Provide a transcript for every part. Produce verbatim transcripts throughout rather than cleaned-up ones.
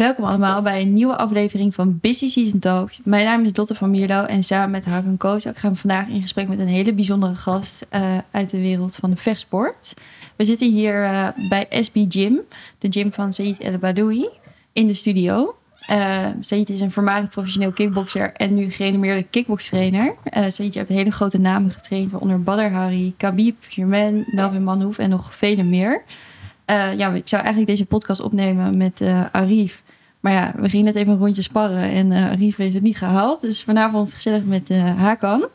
Welkom allemaal bij een nieuwe aflevering van Busy Season Talks. Mijn naam is Lotte van Mierlo en samen met Hakan Kozak gaan we vandaag in gesprek met een hele bijzondere gast uh, uit de wereld van de vechtsport. We zitten hier uh, bij S B Gym, de gym van Saïd El Badoui, in de studio. Uh, Saïd is een voormalig professioneel kickbokser en nu gerenommeerde kickbokstrainer. Uh, Saïd heeft hele grote namen getraind, waaronder Badr Hari, Khabib, Germaine, Melvin Manhoef en nog vele meer. Uh, ja, ik zou eigenlijk deze podcast opnemen met uh, Arif. Maar ja, we gingen net even een rondje sparren en uh, Arif heeft het niet gehaald. Dus vanavond gezellig met uh, Hakan.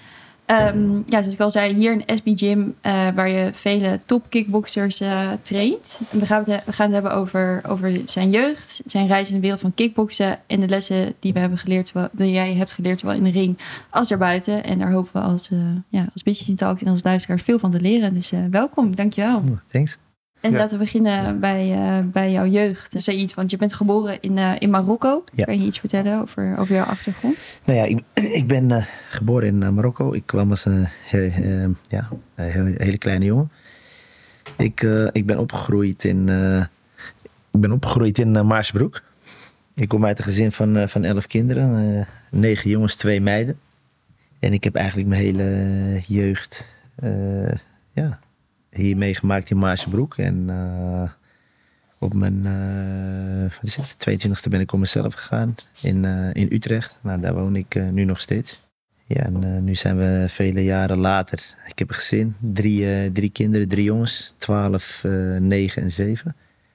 Um, ja, zoals ik al zei, hier in S B Gym, uh, waar je vele top kickboxers uh, traint. En we, gaan het, we gaan het hebben over, over zijn jeugd, zijn reis in de wereld van kickboksen en de lessen die we hebben geleerd, zowel, die jij hebt geleerd, zowel in de ring als daarbuiten. En daar hopen we als, uh, ja, als Busy Talk en als luisteraars veel van te leren. Dus uh, welkom, dankjewel. Thanks. En ja. laten we beginnen bij, uh, bij jouw jeugd. Saïd, want je bent geboren in, uh, in Marokko. Ja. Kan je iets vertellen over, over jouw achtergrond? Nou ja, ik, ik ben uh, geboren in uh, Marokko. Ik kwam als een uh, uh, ja, een hele kleine jongen. Ik, uh, ik ben opgegroeid in, uh, ik ben opgegroeid in uh, Maarsbroek. Ik kom uit een gezin van, uh, van elf kinderen. Uh, negen jongens, twee meiden. En ik heb eigenlijk mijn hele jeugd... Uh, ja... hier meegemaakt in Maarsbroek. En uh, op mijn uh, wat is het, tweeëntwintigste ben ik op mezelf gegaan in, uh, in Utrecht. Nou, daar woon ik uh, nu nog steeds. Ja, en uh, nu zijn we vele jaren later. Ik heb een gezin, drie, uh, drie kinderen, drie jongens. Twaalf, uh, negen en zeven.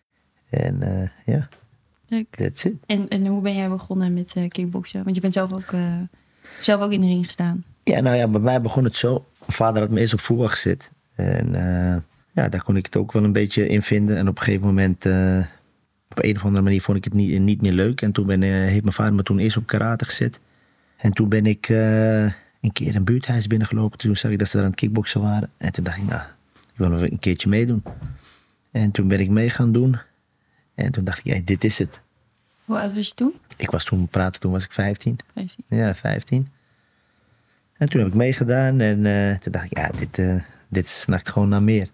En uh, ja, leuk. That's it. En, en hoe ben jij begonnen met uh, kickboksen? Want je bent zelf ook, uh, zelf ook in de ring gestaan. Ja, nou ja, bij mij begon het zo. Mijn vader had me eerst op voetbal gezet. En uh, ja, daar kon ik het ook wel een beetje in vinden. En op een gegeven moment, uh, op een of andere manier vond ik het niet, niet meer leuk. En toen ben, uh, heeft mijn vader me toen eerst op karate gezet. En toen ben ik uh, een keer een buurthuis binnengelopen. Toen zag ik dat ze daar aan het kickboksen waren. En toen dacht ik, nou, ik wil nog een keertje meedoen. En toen ben ik mee gaan doen. En toen dacht ik, ja, dit is het. Hoe oud was je toen? Ik was toen, praten, toen was ik vijftien. vijftien. Ja, vijftien. En toen heb ik meegedaan. En uh, toen dacht ik, ja, dit... Uh, Dit snakt gewoon naar meer.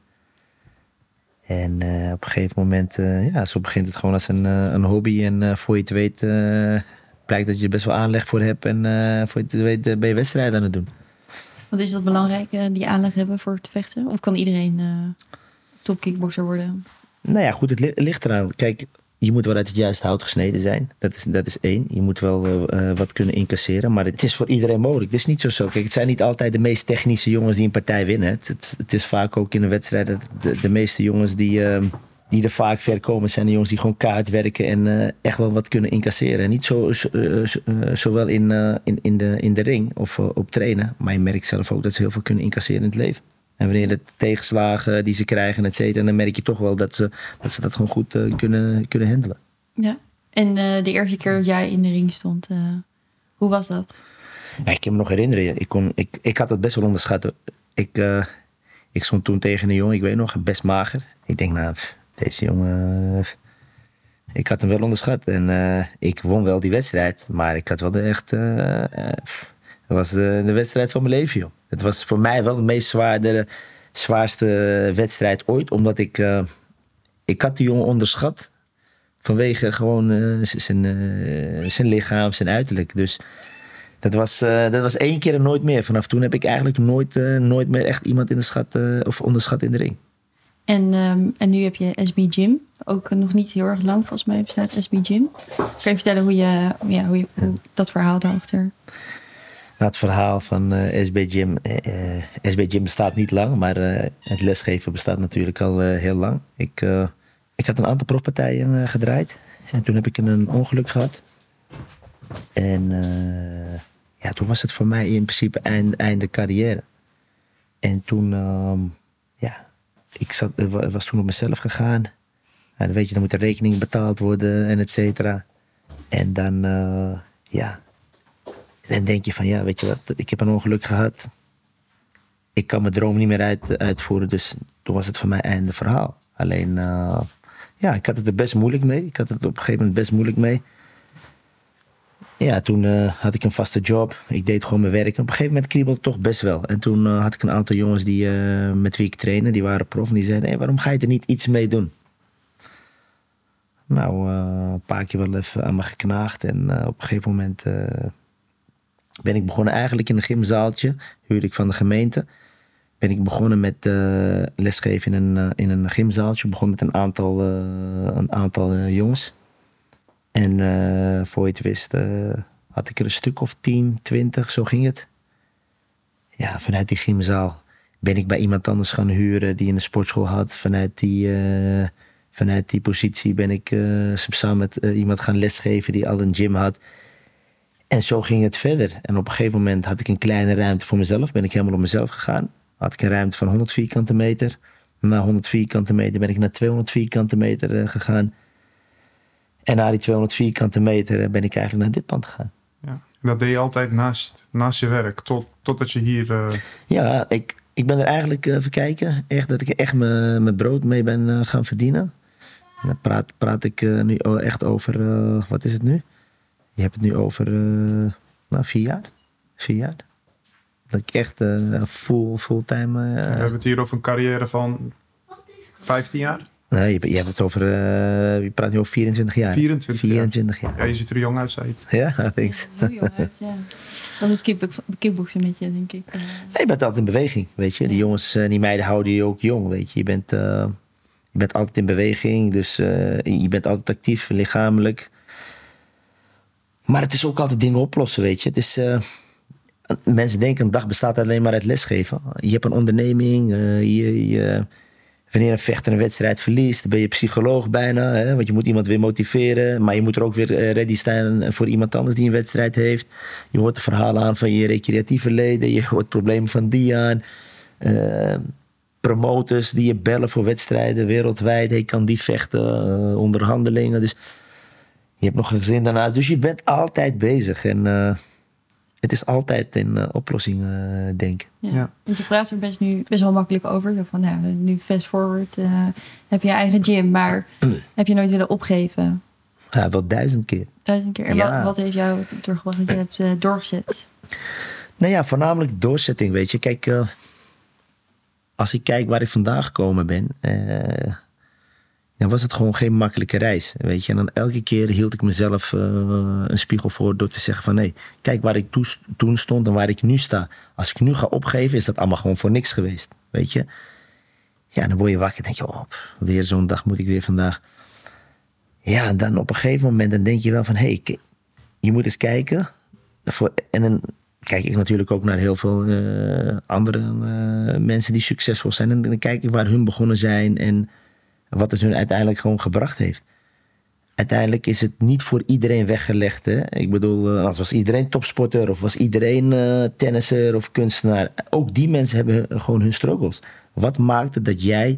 En uh, op een gegeven moment, uh, ja, zo begint het gewoon als een, uh, een hobby. En uh, voor je het weet, uh, blijkt dat je er best wel aanleg voor hebt. En uh, voor je het weet uh, ben je wedstrijden aan het doen. Wat is dat belangrijk, uh, die aanleg hebben voor te vechten? Of kan iedereen uh, top kickboxer worden? Nou ja, goed, het li- ligt eraan. Kijk, je moet wel uit het juiste hout gesneden zijn. Dat is, dat is één. Je moet wel uh, wat kunnen incasseren. Maar het is voor iedereen mogelijk. Het is niet zo zo. Kijk, het zijn niet altijd de meest technische jongens die een partij winnen. Het, het, het is vaak ook in een wedstrijd... Dat de, de meeste jongens die, uh, die er vaak ver komen... zijn de jongens die gewoon kaart werken... en uh, echt wel wat kunnen incasseren. En niet zo, zo, uh, zo, uh, zowel in, uh, in, in, de, in de ring of uh, op trainen. Maar je merkt zelf ook dat ze heel veel kunnen incasseren in het leven. En wanneer de tegenslagen die ze krijgen, et cetera, dan merk je toch wel dat ze dat, ze dat gewoon goed uh, kunnen, kunnen handelen. Ja, en uh, de eerste keer dat jij in de ring stond, uh, hoe was dat? Ja, ik kan me nog herinneren, ik, kon, ik, ik had het best wel onderschat. Ik, uh, ik stond toen tegen een jongen, ik weet nog, best mager. Ik denk, nou, deze jongen... Uh, ik had hem wel onderschat. En uh, ik won wel die wedstrijd, maar ik had wel de echt... Uh, uh, dat was de, de wedstrijd van mijn leven, joh. Het was voor mij wel de meest zwaar, de zwaarste wedstrijd ooit. Omdat ik... Uh, ik had die jongen onderschat. Vanwege gewoon uh, zijn, uh, zijn lichaam, zijn uiterlijk. Dus dat was, uh, dat was één keer en nooit meer. Vanaf toen heb ik eigenlijk nooit, uh, nooit meer echt iemand in de schat, uh, of onderschat in de ring. En, um, en nu heb je S B Gym. Ook uh, nog niet heel erg lang volgens mij bestaat S B Gym. Kan je vertellen hoe je, ja, hoe je hoe dat verhaal daarachter... Nou, het verhaal van uh, S B Gym. Uh, S B Gym bestaat niet lang, maar uh, het lesgeven bestaat natuurlijk al uh, heel lang. Ik, uh, ik had een aantal profpartijen uh, gedraaid. En toen heb ik een ongeluk gehad. En uh, ja, toen was het voor mij in principe eind, einde carrière. En toen, uh, ja, ik zat, uh, was toen op mezelf gegaan. En dan weet je, dan moet de rekening betaald worden en et cetera. En dan, uh, ja... Dan denk je van, ja, weet je wat, ik heb een ongeluk gehad. Ik kan mijn droom niet meer uit, uitvoeren, dus toen was het voor mij einde verhaal. Alleen, uh, ja, ik had het er best moeilijk mee. Ik had het op een gegeven moment best moeilijk mee. Ja, toen uh, had ik een vaste job. Ik deed gewoon mijn werk. En op een gegeven moment kriebelde het toch best wel. En toen uh, had ik een aantal jongens die, uh, met wie ik trainde, die waren prof. En die zeiden, hey, waarom ga je er niet iets mee doen? nou, uh, een paar keer wel even aan me geknaagd. En uh, op een gegeven moment uh, ben ik begonnen eigenlijk in een gymzaaltje. Huurde ik van de gemeente. Ben ik begonnen met uh, lesgeven in een, uh, in een gymzaaltje. Begon met een aantal, uh, een aantal uh, jongens. En uh, voor je het wist uh, had ik er een stuk of tien, twintig, zo ging het. Ja, vanuit die gymzaal ben ik bij iemand anders gaan huren die in een sportschool had. Vanuit die, uh, vanuit die positie ben ik uh, samen met uh, iemand gaan lesgeven die al een gym had. En zo ging het verder. En op een gegeven moment had ik een kleine ruimte voor mezelf. Ben ik helemaal op mezelf gegaan. Had ik een ruimte van honderd vierkante meter. Na honderd vierkante meter ben ik naar tweehonderd vierkante meter uh, gegaan. En na die tweehonderd vierkante meter uh, ben ik eigenlijk naar dit pand gegaan. Ja. Dat deed je altijd naast, naast je werk, tot, totdat je hier... Uh... Ja, ik, ik ben er eigenlijk, uh, even kijken, echt, dat ik er echt mijn brood mee ben uh, gaan verdienen. Dan praat, praat ik uh, nu echt over, uh, wat is het nu? Je hebt het nu over uh, nou, vier jaar. Vier jaar. Dat ik echt uh, full, fulltime... Uh, We hebben het hier over een carrière van vijftien jaar? Nee, je, je hebt het over, uh, je praat nu over vierentwintig jaar. vierentwintig, vierentwintig jaar. jaar. Ja, je ziet er jong uit, zei je. Ja, thanks. Ja, heel jong uit, ja. Dat is het kickboksen met je, denk ik. Uh. Ja, je bent altijd in beweging, weet je. Die jongens en die meiden houden je ook jong, weet je. Je bent, uh, je bent altijd in beweging, dus uh, je bent altijd actief, lichamelijk. Maar het is ook altijd dingen oplossen, weet je. Het is... Uh, mensen denken een dag bestaat alleen maar uit lesgeven. Je hebt een onderneming, uh, je... je wanneer een vechter een wedstrijd verliest, dan ben je psycholoog bijna. Hè? Want je moet iemand weer motiveren. Maar je moet er ook weer ready staan voor iemand anders die een wedstrijd heeft. Je hoort de verhalen aan van je recreatieve leden. Je hoort problemen van die aan. Uh, promoters die je bellen voor wedstrijden wereldwijd. Hey, kan die vechten? Uh, onderhandelingen. Dus je hebt nog een gezin daarnaast. Dus je bent altijd bezig. En... Uh, Het is altijd in uh, oplossingen uh, denken. Ja. Ja. Want je praat er best, nu, best wel makkelijk over. Zo van, nou, nu fast forward uh, heb je je eigen gym. Maar mm. heb je nooit willen opgeven? Ja, wel duizend keer. Duizend keer. En ja. wat, wat heeft jou teruggebracht dat je hebt uh, doorgezet? Nou ja, voornamelijk de doorzetting, weet je. Kijk, uh, als ik kijk waar ik vandaan gekomen ben... Uh, dan was het gewoon geen makkelijke reis, weet je. En dan elke keer hield ik mezelf uh, een spiegel voor door te zeggen van... nee, kijk waar ik to- toen stond en waar ik nu sta. Als ik nu ga opgeven, is dat allemaal gewoon voor niks geweest, weet je. Ja, dan word je wakker en denk je, oh, weer zo'n dag moet ik weer vandaag. Ja, en dan op een gegeven moment dan denk je wel van... hé, hey, je moet eens kijken. Voor, en dan kijk ik natuurlijk ook naar heel veel uh, andere uh, mensen die succesvol zijn. En dan kijk ik waar hun begonnen zijn en... wat het hun uiteindelijk gewoon gebracht heeft. Uiteindelijk is het niet voor iedereen weggelegd. Hè? Ik bedoel, als was iedereen topsporter... of was iedereen uh, tennisser of kunstenaar. Ook die mensen hebben gewoon hun struggles. Wat maakt het dat jij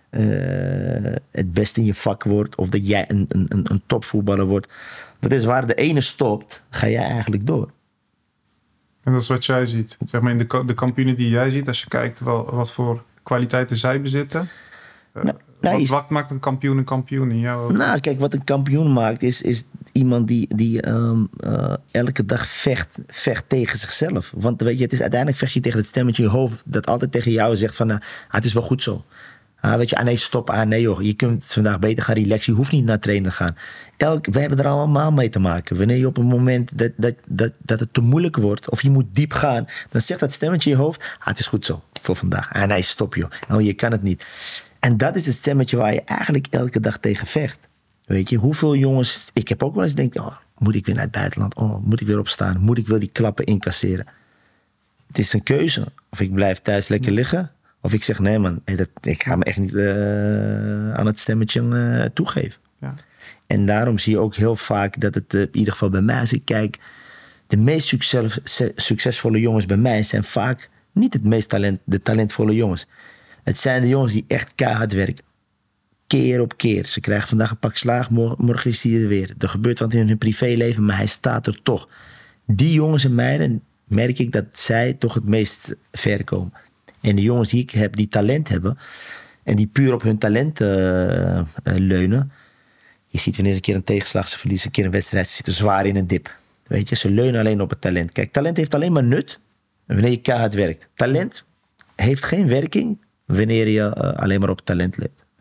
uh, het beste in je vak wordt... of dat jij een, een, een topvoetballer wordt? Dat is waar de ene stopt, ga jij eigenlijk door. En dat is wat jij ziet. Zeg maar in de, de kampioenen die jij ziet... als je kijkt wel, wat voor kwaliteiten zij bezitten... Nou, nou, wat, wat maakt een kampioen een kampioen in jou? Nou, kijk, wat een kampioen maakt is, is iemand die, die um, uh, elke dag vecht, vecht tegen zichzelf. Want weet je, het is uiteindelijk vecht je tegen het stemmetje in je hoofd dat altijd tegen jou zegt van, uh, ah, het is wel goed zo. Ah, weet je, ah nee, stop, ah nee joh, je kunt vandaag beter gaan relaxen, je hoeft niet naar trainen te gaan. Elk, we hebben er allemaal mee te maken. Wanneer je op een moment dat, dat, dat, dat het te moeilijk wordt of je moet diep gaan, dan zegt dat stemmetje in je hoofd, ah, het is goed zo voor vandaag. Ah nee, stop joh, oh, je kan het niet. En dat is het stemmetje waar je eigenlijk elke dag tegen vecht. Weet je, hoeveel jongens... Ik heb ook wel eens gedacht, oh, moet ik weer naar het buitenland? Oh, moet ik weer opstaan? Moet ik wel die klappen incasseren? Het is een keuze. Of ik blijf thuis lekker liggen. Of ik zeg, nee man, dat, ik ga me echt niet uh, aan het stemmetje uh, toegeven. Ja. En daarom zie je ook heel vaak dat het, uh, in ieder geval bij mij, als ik kijk... de meest succes, succesvolle jongens bij mij zijn vaak niet het meest talent, de talentvolle jongens. Het zijn de jongens die echt keihard werken. Keer op keer. Ze krijgen vandaag een pak slaag, morgen, morgen is hij er weer. Er gebeurt wat in hun privéleven, maar hij staat er toch. Die jongens en meiden merk ik dat zij toch het meest ver komen. En de jongens die ik heb, die talent hebben... en die puur op hun talent uh, uh, leunen... je ziet wanneer ze een keer een tegenslag, ze verliezen een keer een wedstrijd... ze zitten zwaar in een dip. Weet je, ze leunen alleen op het talent. Kijk, talent heeft alleen maar nut wanneer je keihard werkt. Talent heeft geen werking... wanneer je uh, alleen maar op talent leeft.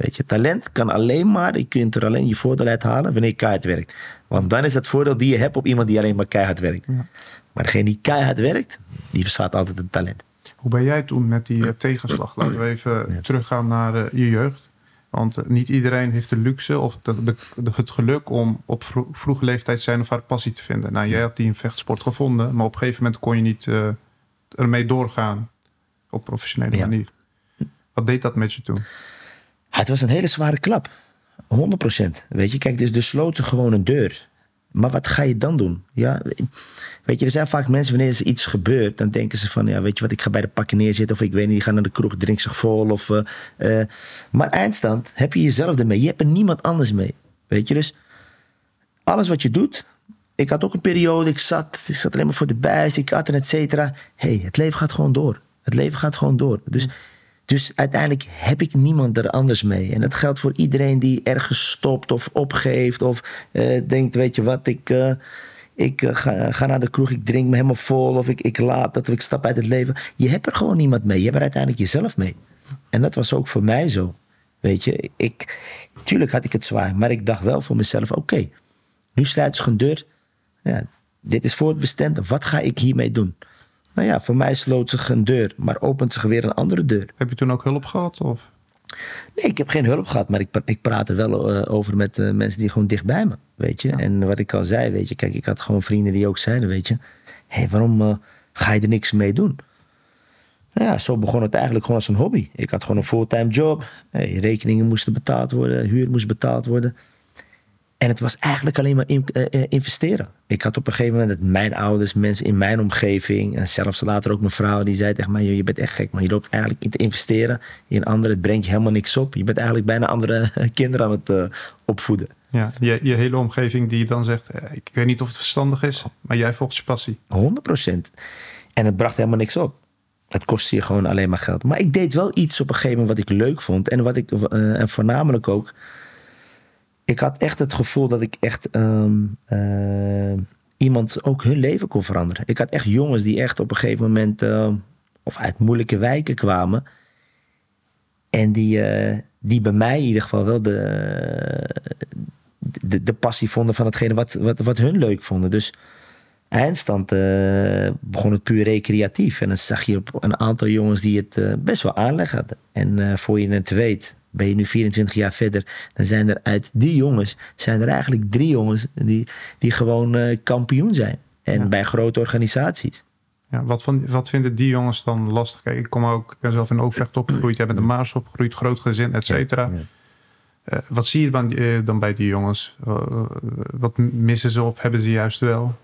Weet je, talent kan alleen maar, je kunt er alleen je voordeel uit halen wanneer je keihard werkt. Want dan is het voordeel die je hebt op iemand die alleen maar keihard werkt. Ja. Maar degene die keihard werkt, die verslaat altijd het talent. Hoe ben jij toen met die uh, tegenslag? Laten we even ja. teruggaan naar uh, je jeugd. Want uh, niet iedereen heeft de luxe of de, de, de, het geluk om op vro- vroege leeftijd zijn of haar passie te vinden. Nou, jij had die in vechtsport gevonden, maar op een gegeven moment kon je niet uh, ermee doorgaan op professionele ja. manier. Wat deed dat met je toen? Ja, het was een hele zware klap. honderd procent. Weet je, kijk, dus er sloot ze gewoon een deur. Maar wat ga je dan doen? Ja, weet je, er zijn vaak mensen, wanneer er iets gebeurt, dan denken ze van, ja, weet je wat, ik ga bij de pakken neerzitten, of ik weet niet, die gaan naar de kroeg, drink zich vol. Of, uh, uh, maar eindstand heb je jezelf ermee. Je hebt er niemand anders mee. Weet je, dus alles wat je doet. Ik had ook een periode, ik zat, ik zat alleen maar voor de buis, ik at en et cetera. Hé, hey, het leven gaat gewoon door. Het leven gaat gewoon door. Dus, dus uiteindelijk heb ik niemand er anders mee. En dat geldt voor iedereen die ergens stopt of opgeeft of uh, denkt, weet je wat, ik, uh, ik uh, ga, ga naar de kroeg, ik drink me helemaal vol of ik, ik laat dat of ik stap uit het leven. Je hebt er gewoon niemand mee. Je hebt er uiteindelijk jezelf mee. En dat was ook voor mij zo. Weet je, ik, tuurlijk had ik het zwaar, maar ik dacht wel voor mezelf, oké, okay, nu sluit zich een deur. Ja, dit is voortbestemd. Wat ga ik hiermee doen? Nou ja, voor mij sloot zich een deur, maar opent zich weer een andere deur. Heb je toen ook hulp gehad? Of? Nee, ik heb geen hulp gehad, maar ik, ik praat er wel uh, over met uh, mensen die gewoon dicht bij me, weet je. Ja. En wat ik al zei, weet je, kijk, ik had gewoon vrienden die ook zeiden, weet je, hé, hey, waarom uh, ga je er niks mee doen? Nou ja, zo begon het eigenlijk gewoon als een hobby. Ik had gewoon een fulltime job, hey, rekeningen moesten betaald worden, huur moest betaald worden. En het was eigenlijk alleen maar in, uh, investeren. Ik had op een gegeven moment dat mijn ouders, mensen in mijn omgeving, en zelfs later ook mijn vrouw, die zei tegen mij, je bent echt gek, maar je loopt eigenlijk in te investeren in anderen. Het brengt je helemaal niks op. Je bent eigenlijk bijna andere kinderen aan het uh, opvoeden. Ja, je, je hele omgeving die dan zegt, ik weet niet of het verstandig is, maar jij volgt je passie. honderd procent. En het bracht helemaal niks op. Het kostte je gewoon alleen maar geld. Maar ik deed wel iets op een gegeven moment wat ik leuk vond. En, wat ik, uh, en voornamelijk ook, ik had echt het gevoel dat ik echt um, uh, iemand ook hun leven kon veranderen. Ik had echt jongens die echt op een gegeven moment uh, of uit moeilijke wijken kwamen. En die, uh, die bij mij in ieder geval wel de, de, de passie vonden van hetgene wat, wat, wat hun leuk vonden. Dus eindstand uh, begon het puur recreatief. En dan zag je op een aantal jongens die het uh, best wel aanleg hadden. En uh, voor je het weet, ben je nu vierentwintig jaar verder, dan zijn er uit die jongens, zijn er eigenlijk drie jongens die, die gewoon uh, kampioen zijn. En ja. bij grote organisaties. Ja, wat, van, wat vinden die jongens dan lastig? Kijk, ik kom ook, ik ben zelf in Overvecht opgegroeid, jij bent in Maas opgegroeid, groot gezin, et cetera. Ja, ja. Uh, wat zie je dan, uh, dan bij die jongens? Uh, wat missen ze of hebben ze juist wel?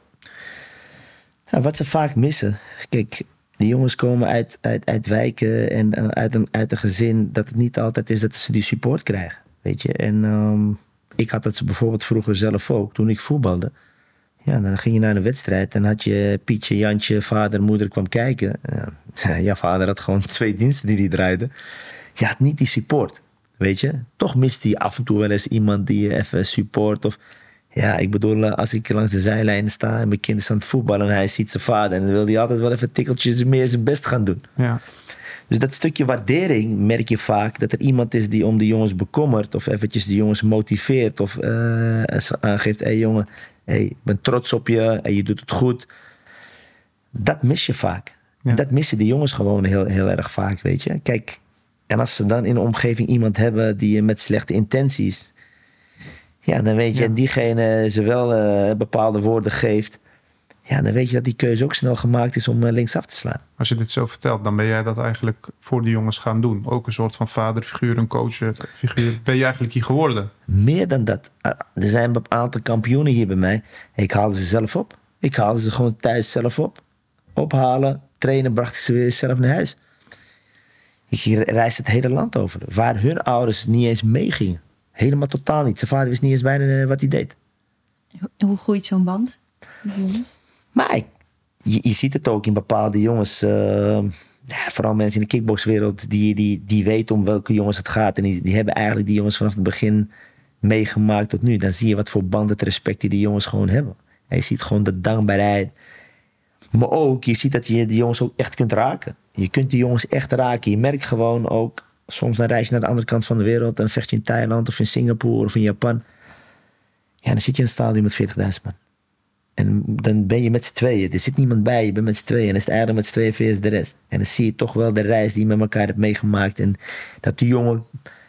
Ja, wat ze vaak missen, kijk, die jongens komen uit, uit, uit wijken en uh, uit, een, uit een gezin dat het niet altijd is dat ze die support krijgen. Weet je, en um, ik had het bijvoorbeeld vroeger zelf ook, toen ik voetbalde. Ja, dan ging je naar een wedstrijd en had je Pietje, Jantje, vader, moeder kwam kijken. Ja, ja, vader had gewoon twee diensten die hij draaide. Je had niet die support, weet je. Toch mist hij af en toe wel eens iemand die even support of... Ja, ik bedoel, als ik langs de zijlijn sta en mijn kind is aan het voetballen en hij ziet zijn vader, en dan wil hij altijd wel even tikkeltjes meer zijn best gaan doen. Ja. Dus dat stukje waardering merk je vaak, dat er iemand is die om de jongens bekommert of eventjes de jongens motiveert of uh, aangeeft, hé hey, jongen, hey, ik ben trots op je en je doet het goed. Dat mis je vaak. Ja. Dat missen die jongens gewoon heel, heel erg vaak, weet je. Kijk, en als ze dan in de omgeving iemand hebben die met slechte intenties, ja, dan weet je, ja. diegene ze wel uh, bepaalde woorden geeft. Ja, dan weet je dat die keuze ook snel gemaakt is om uh, linksaf te slaan. Als je dit zo vertelt, dan ben jij dat eigenlijk voor die jongens gaan doen. Ook een soort van vaderfiguur, een coachfiguur. Ben je eigenlijk hier geworden? Meer dan dat. Uh, er zijn een aantal kampioenen hier bij mij. Ik haalde ze zelf op. Ik haalde ze gewoon thuis zelf op. Ophalen, trainen, bracht ik ze weer zelf naar huis. Ik reisde het hele land over. Waar hun ouders niet eens meegingen. Helemaal totaal niet. Zijn vader wist niet eens bijna wat hij deed. Hoe groeit zo'n band? Mm-hmm. Maar ik, je, je ziet het ook in bepaalde jongens. Uh, ja, vooral mensen in de kickboxwereld. Die, die, die weten om welke jongens het gaat. En die, die hebben eigenlijk die jongens vanaf het begin meegemaakt tot nu. Dan zie je wat voor band, het respect die die jongens gewoon hebben. En je ziet gewoon de dankbaarheid. Maar ook, je ziet dat je die jongens ook echt kunt raken. Je kunt die jongens echt raken. Je merkt gewoon ook Soms dan reis je naar de andere kant van de wereld. Dan vecht je in Thailand of in Singapore of in Japan. Ja, dan zit je in een stadion met veertigduizend man. En dan ben je met z'n tweeën. Er zit niemand bij, je bent met z'n tweeën. En dan is het eigenlijk met z'n tweeën versus de rest. En dan zie je toch wel de reis die je met elkaar hebt meegemaakt. En dat die jongen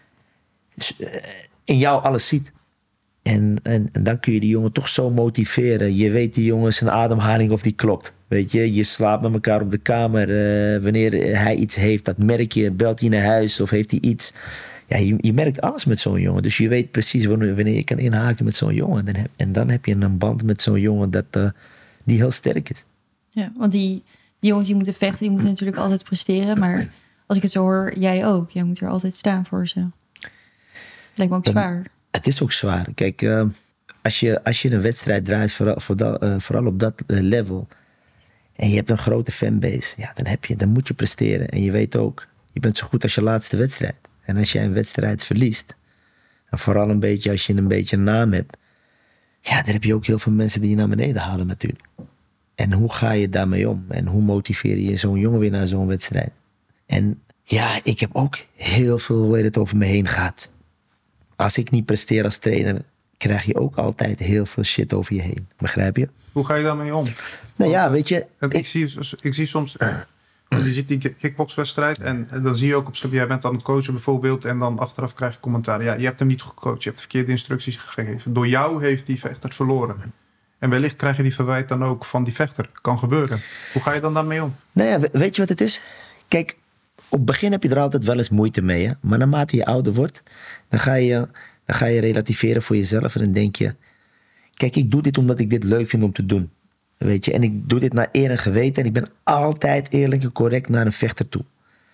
in jou alles ziet. En, en, en dan kun je die jongen toch zo motiveren. Je weet die jongen zijn ademhaling of die klopt. Weet je, je slaapt met elkaar op de kamer. Uh, wanneer hij iets heeft, dat merk je. Belt hij naar huis of heeft hij iets. Ja, je, je merkt alles met zo'n jongen. Dus je weet precies wanneer, wanneer je kan inhaken met zo'n jongen. En dan, heb, en dan heb je een band met zo'n jongen dat, uh, die heel sterk is. Ja, want die, die jongens die moeten vechten, die moeten natuurlijk altijd presteren. Maar als ik het zo hoor, jij ook. Jij moet er altijd staan voor ze. Lijkt me ook zwaar. Um, het is ook zwaar. Kijk, uh, als, je, als je een wedstrijd draait, vooral, vooral, uh, vooral op dat uh, level... en je hebt een grote fanbase, ja, dan, heb je, dan moet je presteren. En je weet ook, je bent zo goed als je laatste wedstrijd. En als jij een wedstrijd verliest... en vooral een beetje als je een beetje een naam hebt... ja, dan heb je ook heel veel mensen die je naar beneden halen natuurlijk. En hoe ga je daarmee om? En hoe motiveer je zo'n jongen weer naar zo'n wedstrijd? En ja, ik heb ook heel veel hoe het over me heen gaat. Als ik niet presteer als trainer... krijg je ook altijd heel veel shit over je heen. Begrijp je? Hoe ga je daarmee om? Nou ja, weet je... Ik, ik, zie, ik zie soms... Je ziet die kickboxwedstrijd en dan zie je ook op schip... jij bent aan het coachen bijvoorbeeld... en dan achteraf krijg je commentaar. Ja, je hebt hem niet gecoacht. Je hebt verkeerde instructies gegeven. Door jou heeft die vechter verloren. En wellicht krijg je die verwijt dan ook van die vechter. Kan gebeuren. Hoe ga je dan daarmee om? Nou ja, weet je wat het is? Kijk, op het begin heb je er altijd wel eens moeite mee. Hè? Maar naarmate je ouder wordt... dan ga je... Dan ga je relativeren voor jezelf en dan denk je... kijk, ik doe dit omdat ik dit leuk vind om te doen. Weet je, en ik doe dit naar eer en geweten... en ik ben altijd eerlijk en correct naar een vechter toe.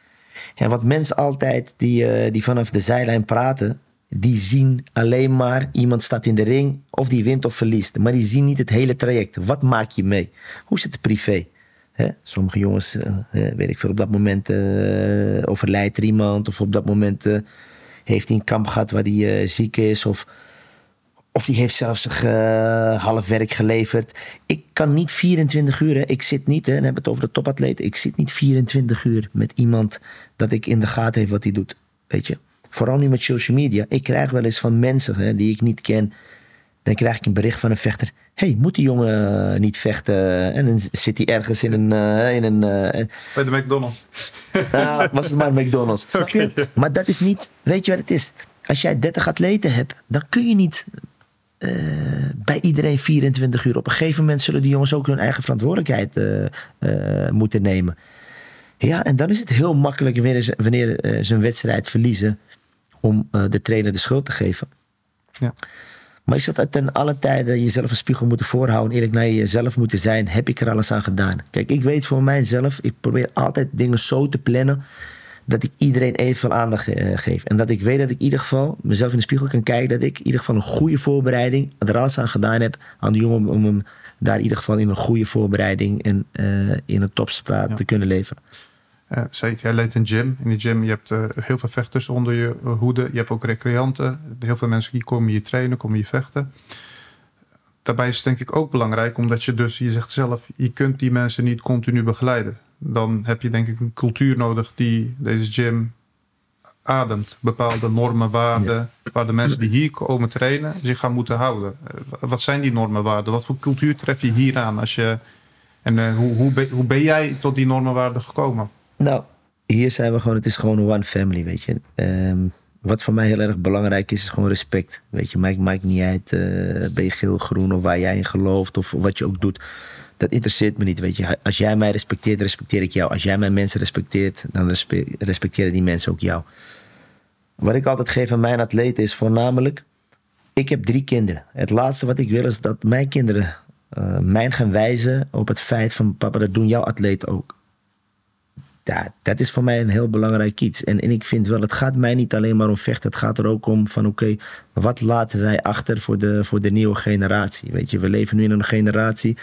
En wat mensen altijd die, uh, die vanaf de zijlijn praten... die zien alleen maar iemand staat in de ring... of die wint of verliest. Maar die zien niet het hele traject. Wat maak je mee? Hoe zit het privé? Hè? Sommige jongens, uh, weet ik veel, op dat moment uh, overlijdt er iemand... of op dat moment... Uh, heeft hij een kamp gehad waar hij uh, ziek is... of, of die heeft zelfs zich uh, half werk geleverd. Ik kan niet vierentwintig uur... Hè, ik zit niet, hè, dan hebben we het over de topatleten... ik zit niet vierentwintig uur met iemand... dat ik in de gaten heb wat hij doet. Weet je? Vooral nu met social media. Ik krijg wel eens van mensen hè, die ik niet ken... dan krijg ik een bericht van een vechter... hey, moet die jongen uh, niet vechten? En dan zit hij ergens in een... Uh, in een uh, bij de McDonald's. Nou, was het maar McDonald's. Snap je? Okay. Maar dat is niet... Weet je wat het is? Als jij dertig atleten hebt... dan kun je niet uh, bij iedereen vierentwintig uur... op een gegeven moment zullen die jongens ook hun eigen verantwoordelijkheid uh, uh, moeten nemen. Ja, en dan is het heel makkelijk... wanneer ze, wanneer, uh, ze een wedstrijd verliezen... om uh, de trainer de schuld te geven. Ja. Maar je zult ten alle tijden jezelf een spiegel moeten voorhouden... eerlijk naar jezelf moeten zijn. Heb ik er alles aan gedaan? Kijk, ik weet voor mijzelf... ik probeer altijd dingen zo te plannen... dat ik iedereen evenveel aandacht uh, geef. En dat ik weet dat ik in ieder geval... mezelf in de spiegel kan kijken... dat ik in ieder geval een goede voorbereiding... er alles aan gedaan heb aan de jongen... om hem daar in ieder geval in een goede voorbereiding... en uh, in een topstaat ja. te kunnen leveren. Uh, Said, jij leidt een gym. In die gym je hebt uh, heel veel vechters onder je uh, hoede. Je hebt ook recreanten. Heel veel mensen die komen hier trainen, komen hier vechten. Daarbij is het denk ik ook belangrijk, omdat je dus, je zegt zelf, je kunt die mensen niet continu begeleiden. Dan heb je denk ik een cultuur nodig die deze gym ademt. Bepaalde normen, waarden, ja. waar de mensen die hier komen trainen zich gaan moeten houden. Uh, wat zijn die normen, waarden? Wat voor cultuur tref je hier aan? Als je, en uh, hoe, hoe, ben, hoe ben jij tot die normen, waarden gekomen? Nou, hier zijn we gewoon, het is gewoon een one family, weet je. Um, wat voor mij heel erg belangrijk is, is gewoon respect. Weet je, maakt, maakt niet uit, uh, ben je geel, groen of waar jij in gelooft of wat je ook doet. Dat interesseert me niet, weet je. Als jij mij respecteert, respecteer ik jou. Als jij mijn mensen respecteert, dan respe- respecteren die mensen ook jou. Wat ik altijd geef aan mijn atleten is voornamelijk... ik heb drie kinderen. Het laatste wat ik wil is dat mijn kinderen uh, mij gaan wijzen op het feit van... papa, dat doen jouw atleten ook. Ja, dat is voor mij een heel belangrijk iets. En, en ik vind wel, het gaat mij niet alleen maar om vechten. Het gaat er ook om van oké, okay, wat laten wij achter voor de, voor de nieuwe generatie? Weet je, we leven nu in een generatie.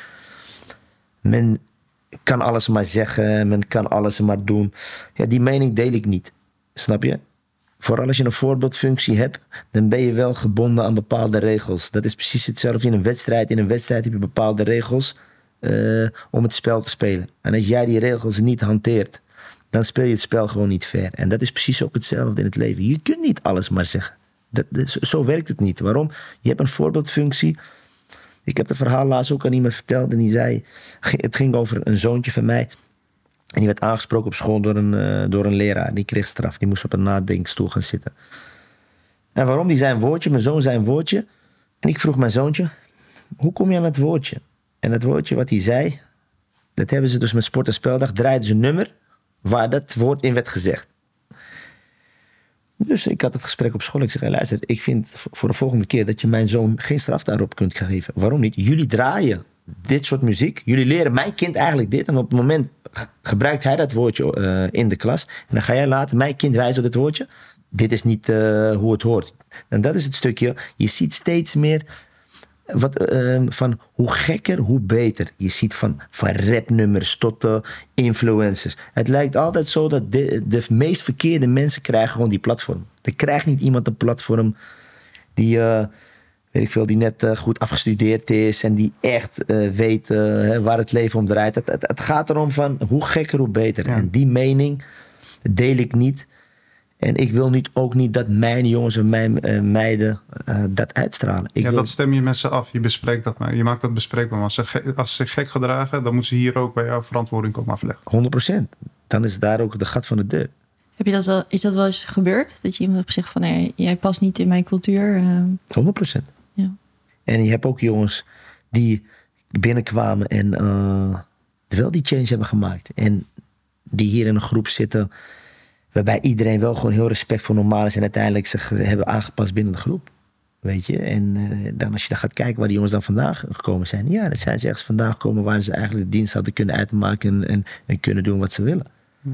Men kan alles maar zeggen, men kan alles maar doen. Ja, die mening deel ik niet. Snap je? Vooral als je een voorbeeldfunctie hebt, dan ben je wel gebonden aan bepaalde regels. Dat is precies hetzelfde in een wedstrijd. In een wedstrijd heb je bepaalde regels uh, om het spel te spelen. En als jij die regels niet hanteert, dan speel je het spel gewoon niet fair. En dat is precies ook hetzelfde in het leven. Je kunt niet alles maar zeggen. Dat, dat, zo werkt het niet. Waarom? Je hebt een voorbeeldfunctie. Ik heb het verhaal laatst ook aan iemand verteld en die zei, het ging over een zoontje van mij. En die werd aangesproken op school door een, uh, door een leraar. Die kreeg straf. Die moest op een nadenkstoel gaan zitten. En waarom? Die zei een woordje. Mijn zoon zei een woordje. En ik vroeg mijn zoontje, hoe kom je aan het woordje? En het woordje wat hij zei, dat hebben ze dus met Sport en Speldag. Draaiden ze een nummer waar dat woord in werd gezegd. Dus ik had het gesprek op school. Ik zeg, hey, luister, ik vind voor de volgende keer dat je mijn zoon geen straf daarop kunt geven. Waarom niet? Jullie draaien dit soort muziek. Jullie leren mijn kind eigenlijk dit. En op het moment gebruikt hij dat woordje uh, in de klas. En dan ga jij later mijn kind wijzen op dat woordje. Dit is niet uh, hoe het hoort. En dat is het stukje. Je ziet steeds meer wat, uh, van hoe gekker, hoe beter. Je ziet van, van rapnummers tot uh, influencers. Het lijkt altijd zo dat de, de meest verkeerde mensen krijgen gewoon die platform. Er krijgt niet iemand een platform die, uh, weet ik veel, die net uh, goed afgestudeerd is en die echt uh, weet uh, waar het leven om draait. Het, het, het gaat erom van hoe gekker, hoe beter. Ja. En die mening deel ik niet. En ik wil niet, ook niet dat mijn jongens en mijn uh, meiden uh, dat uitstralen. Ik ja, wil... dat stem je met ze af. Je bespreekt dat, je maakt dat bespreekbaar. Als ze, ge- als ze gek gedragen, dan moeten ze hier ook bij jou verantwoording komen afleggen. honderd procent. Dan is daar ook de gat van de deur. Heb je dat wel, is dat wel eens gebeurd? Dat je iemand hebt gezegd van, nee, jij past niet in mijn cultuur? Uh... honderd procent. Ja. En je hebt ook jongens die binnenkwamen en uh, wel die change hebben gemaakt. En die hier in een groep zitten waarbij iedereen wel gewoon heel respectvol normaal is en uiteindelijk zich hebben aangepast binnen de groep. Weet je? En uh, dan als je dan gaat kijken waar die jongens dan vandaag gekomen zijn. Ja, dan zijn ze ergens vandaag gekomen waar ze eigenlijk de dienst hadden kunnen uitmaken en, en, en kunnen doen wat ze willen.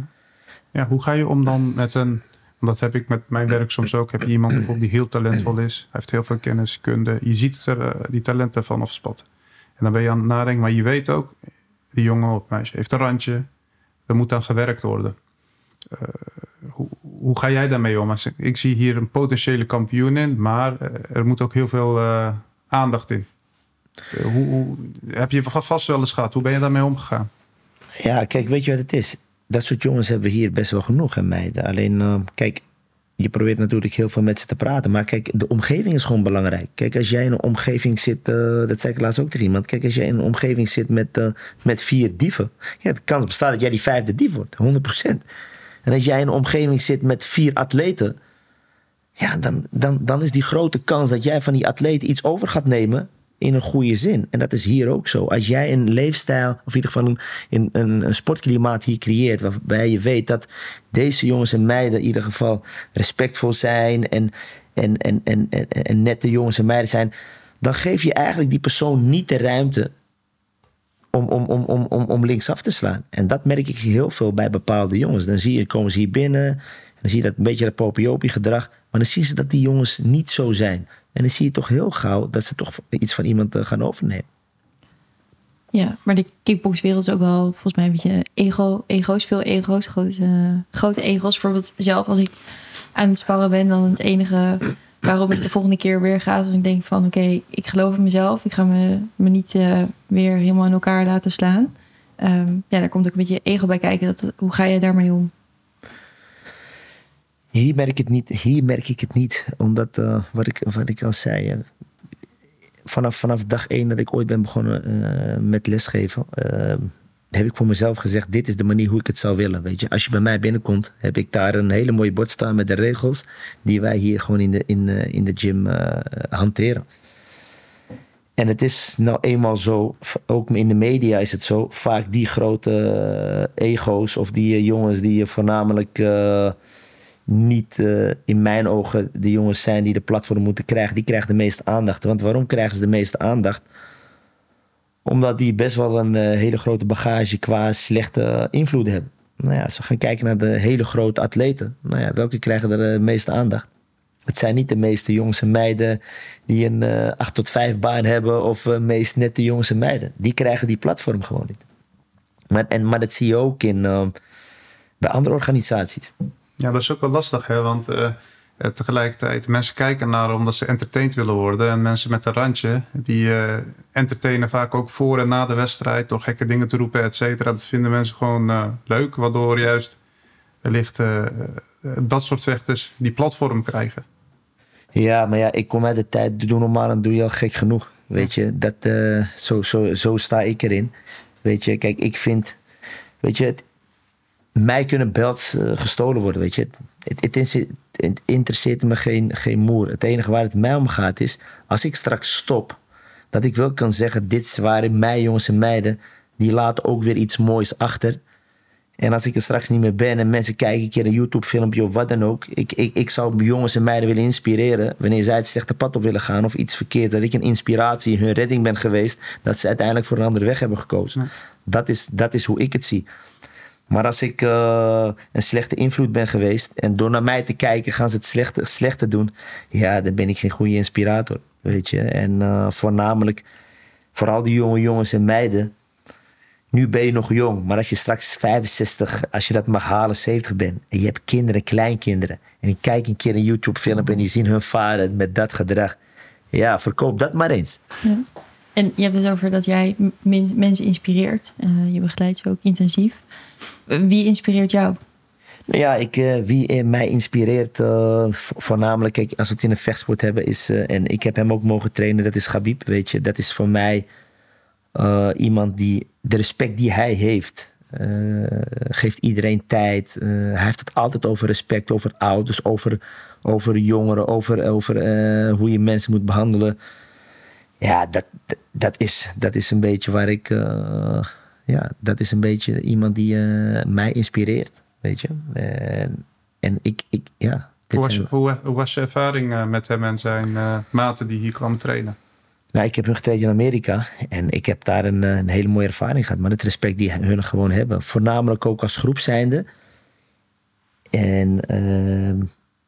Ja, hoe ga je om dan met een, dat heb ik met mijn werk soms ook, heb je iemand bijvoorbeeld die heel talentvol is. Hij heeft heel veel kennis, kunde. Je ziet er uh, die talenten van afspatten. En dan ben je aan het nadenken, maar je weet ook, die jongen of meisje heeft een randje. Er moet aan gewerkt worden. Uh, hoe, hoe ga jij daarmee om? Ik zie hier een potentiële kampioen in, maar uh, er moet ook heel veel uh, aandacht in. Uh, hoe, hoe, heb je vast wel eens gehad? Hoe ben je daarmee omgegaan? Ja, kijk, weet je wat het is? Dat soort jongens hebben we hier best wel genoeg, hè, meiden. Alleen, uh, kijk, je probeert natuurlijk heel veel met ze te praten. Maar kijk, de omgeving is gewoon belangrijk. Kijk, als jij in een omgeving zit, uh, dat zei ik laatst ook tegen iemand. Kijk, als jij in een omgeving zit met, uh, met vier dieven. Ja, de kans bestaat dat jij die vijfde dief wordt, honderd procent. En als jij in een omgeving zit met vier atleten. Ja, dan, dan, dan is die grote kans dat jij van die atleten iets over gaat nemen in een goede zin. En dat is hier ook zo. Als jij een leefstijl, of in ieder geval een, een, een, een sportklimaat hier creëert, waarbij je weet dat deze jongens en meiden in ieder geval respectvol zijn en, en, en, en, en, en nette jongens en meiden zijn, dan geef je eigenlijk die persoon niet de ruimte om, om, om, om, om, om linksaf te slaan. En dat merk ik heel veel bij bepaalde jongens. Dan zie je, komen ze hier binnen en dan zie je dat een beetje dat popiopie gedrag, maar dan zien ze dat die jongens niet zo zijn. En dan zie je toch heel gauw dat ze toch iets van iemand gaan overnemen. Ja, maar de kickboxwereld is ook wel volgens mij een beetje ego, ego's, veel ego's, grote, uh, grote ego's. Bijvoorbeeld zelf als ik aan het sparren ben, dan het enige waarom ik de volgende keer weer ga, is als ik denk van oké, okay, ik geloof in mezelf. Ik ga me, me niet uh, weer helemaal in elkaar laten slaan. Um, ja, daar komt ook een beetje ego bij kijken. Dat, hoe ga je daarmee om? Hier merk ik het niet, hier merk ik het niet omdat, uh, wat, ik, wat ik al zei, uh, vanaf, vanaf dag één dat ik ooit ben begonnen uh, met lesgeven, uh, heb ik voor mezelf gezegd, dit is de manier hoe ik het zou willen. Weet je? Als je bij mij binnenkomt, heb ik daar een hele mooie bord staan met de regels die wij hier gewoon in de, in, uh, in de gym uh, hanteren. En het is nou eenmaal zo, ook in de media is het zo, vaak die grote uh, ego's of die uh, jongens die je voornamelijk Uh, niet uh, in mijn ogen de jongens zijn die de platform moeten krijgen. Die krijgen de meeste aandacht. Want waarom krijgen ze de meeste aandacht? Omdat die best wel een uh, hele grote bagage qua slechte invloed hebben. Nou ja, als we gaan kijken naar de hele grote atleten. Nou ja, welke krijgen er de meeste aandacht? Het zijn niet de meeste jongens en meiden die een uh, acht tot vijf baan hebben. Of de uh, meest nette jongens en meiden. Die krijgen die platform gewoon niet. Maar, en, maar dat zie je ook in, uh, bij andere organisaties. Ja, dat is ook wel lastig, hè? Want uh, tegelijkertijd, mensen kijken naar omdat ze entertained willen worden. En mensen met een randje, die uh, entertainen vaak ook voor en na de wedstrijd door gekke dingen te roepen, et cetera. Dat vinden mensen gewoon uh, leuk, waardoor juist wellicht uh, dat soort vechters die platform krijgen. Ja, maar ja, ik kom uit de tijd, doe normaal en doe je al gek genoeg. Weet je, dat, uh, zo, zo, zo sta ik erin. Weet je, kijk, ik vind, weet je, het, mij kunnen belts uh, gestolen worden, weet je. Het, het, het, het interesseert me geen, geen moer. Het enige waar het mij om gaat is, als ik straks stop, dat ik wel kan zeggen, dit waren mij jongens en meiden, die laten ook weer iets moois achter. En als ik er straks niet meer ben en mensen kijken een keer een YouTube-filmpje of wat dan ook. Ik, ik, ik zou jongens en meiden willen inspireren wanneer zij het slechte pad op willen gaan of iets verkeerd. Dat ik een inspiratie, hun redding ben geweest. Dat ze uiteindelijk voor een andere weg hebben gekozen. Ja. Dat is, dat is hoe ik het zie. Maar als ik uh, een slechte invloed ben geweest en door naar mij te kijken gaan ze het slechte, slechte doen. Ja, dan ben ik geen goede inspirator, weet je. En uh, voornamelijk vooral die jonge jongens en meiden. Nu ben je nog jong, maar als je straks vijfenzestig, als je dat mag halen, zeventig bent. En je hebt kinderen, kleinkinderen. En die kijken een keer een YouTube-filmpje en die zien hun vader met dat gedrag. Ja, verkoop dat maar eens. Ja. En je hebt het over dat jij men, mensen inspireert. Uh, je begeleidt ze ook intensief. Wie inspireert jou? Nou ja, ik, uh, wie mij inspireert, uh, voornamelijk, kijk, als we het in een vechtsport hebben, is, uh, en ik heb hem ook mogen trainen, dat is Khabib, weet je. Dat is voor mij uh, iemand die, de respect die hij heeft, uh, geeft iedereen tijd. Uh, hij heeft het altijd over respect, over ouders, over, over jongeren, over, over uh, hoe je mensen moet behandelen. Ja, dat, dat, is, dat is een beetje waar ik, uh, ja, dat is een beetje iemand die uh, mij inspireert. Weet je? En, en ik, ik ja. Hoe was, je, hoe, hoe was je ervaring uh, met hem en zijn uh, maten die hier kwamen trainen? Nou, ik heb hun getraind in Amerika. En ik heb daar een, een hele mooie ervaring gehad. Maar het respect die hun gewoon hebben. Voornamelijk ook als groep zijnde. En uh,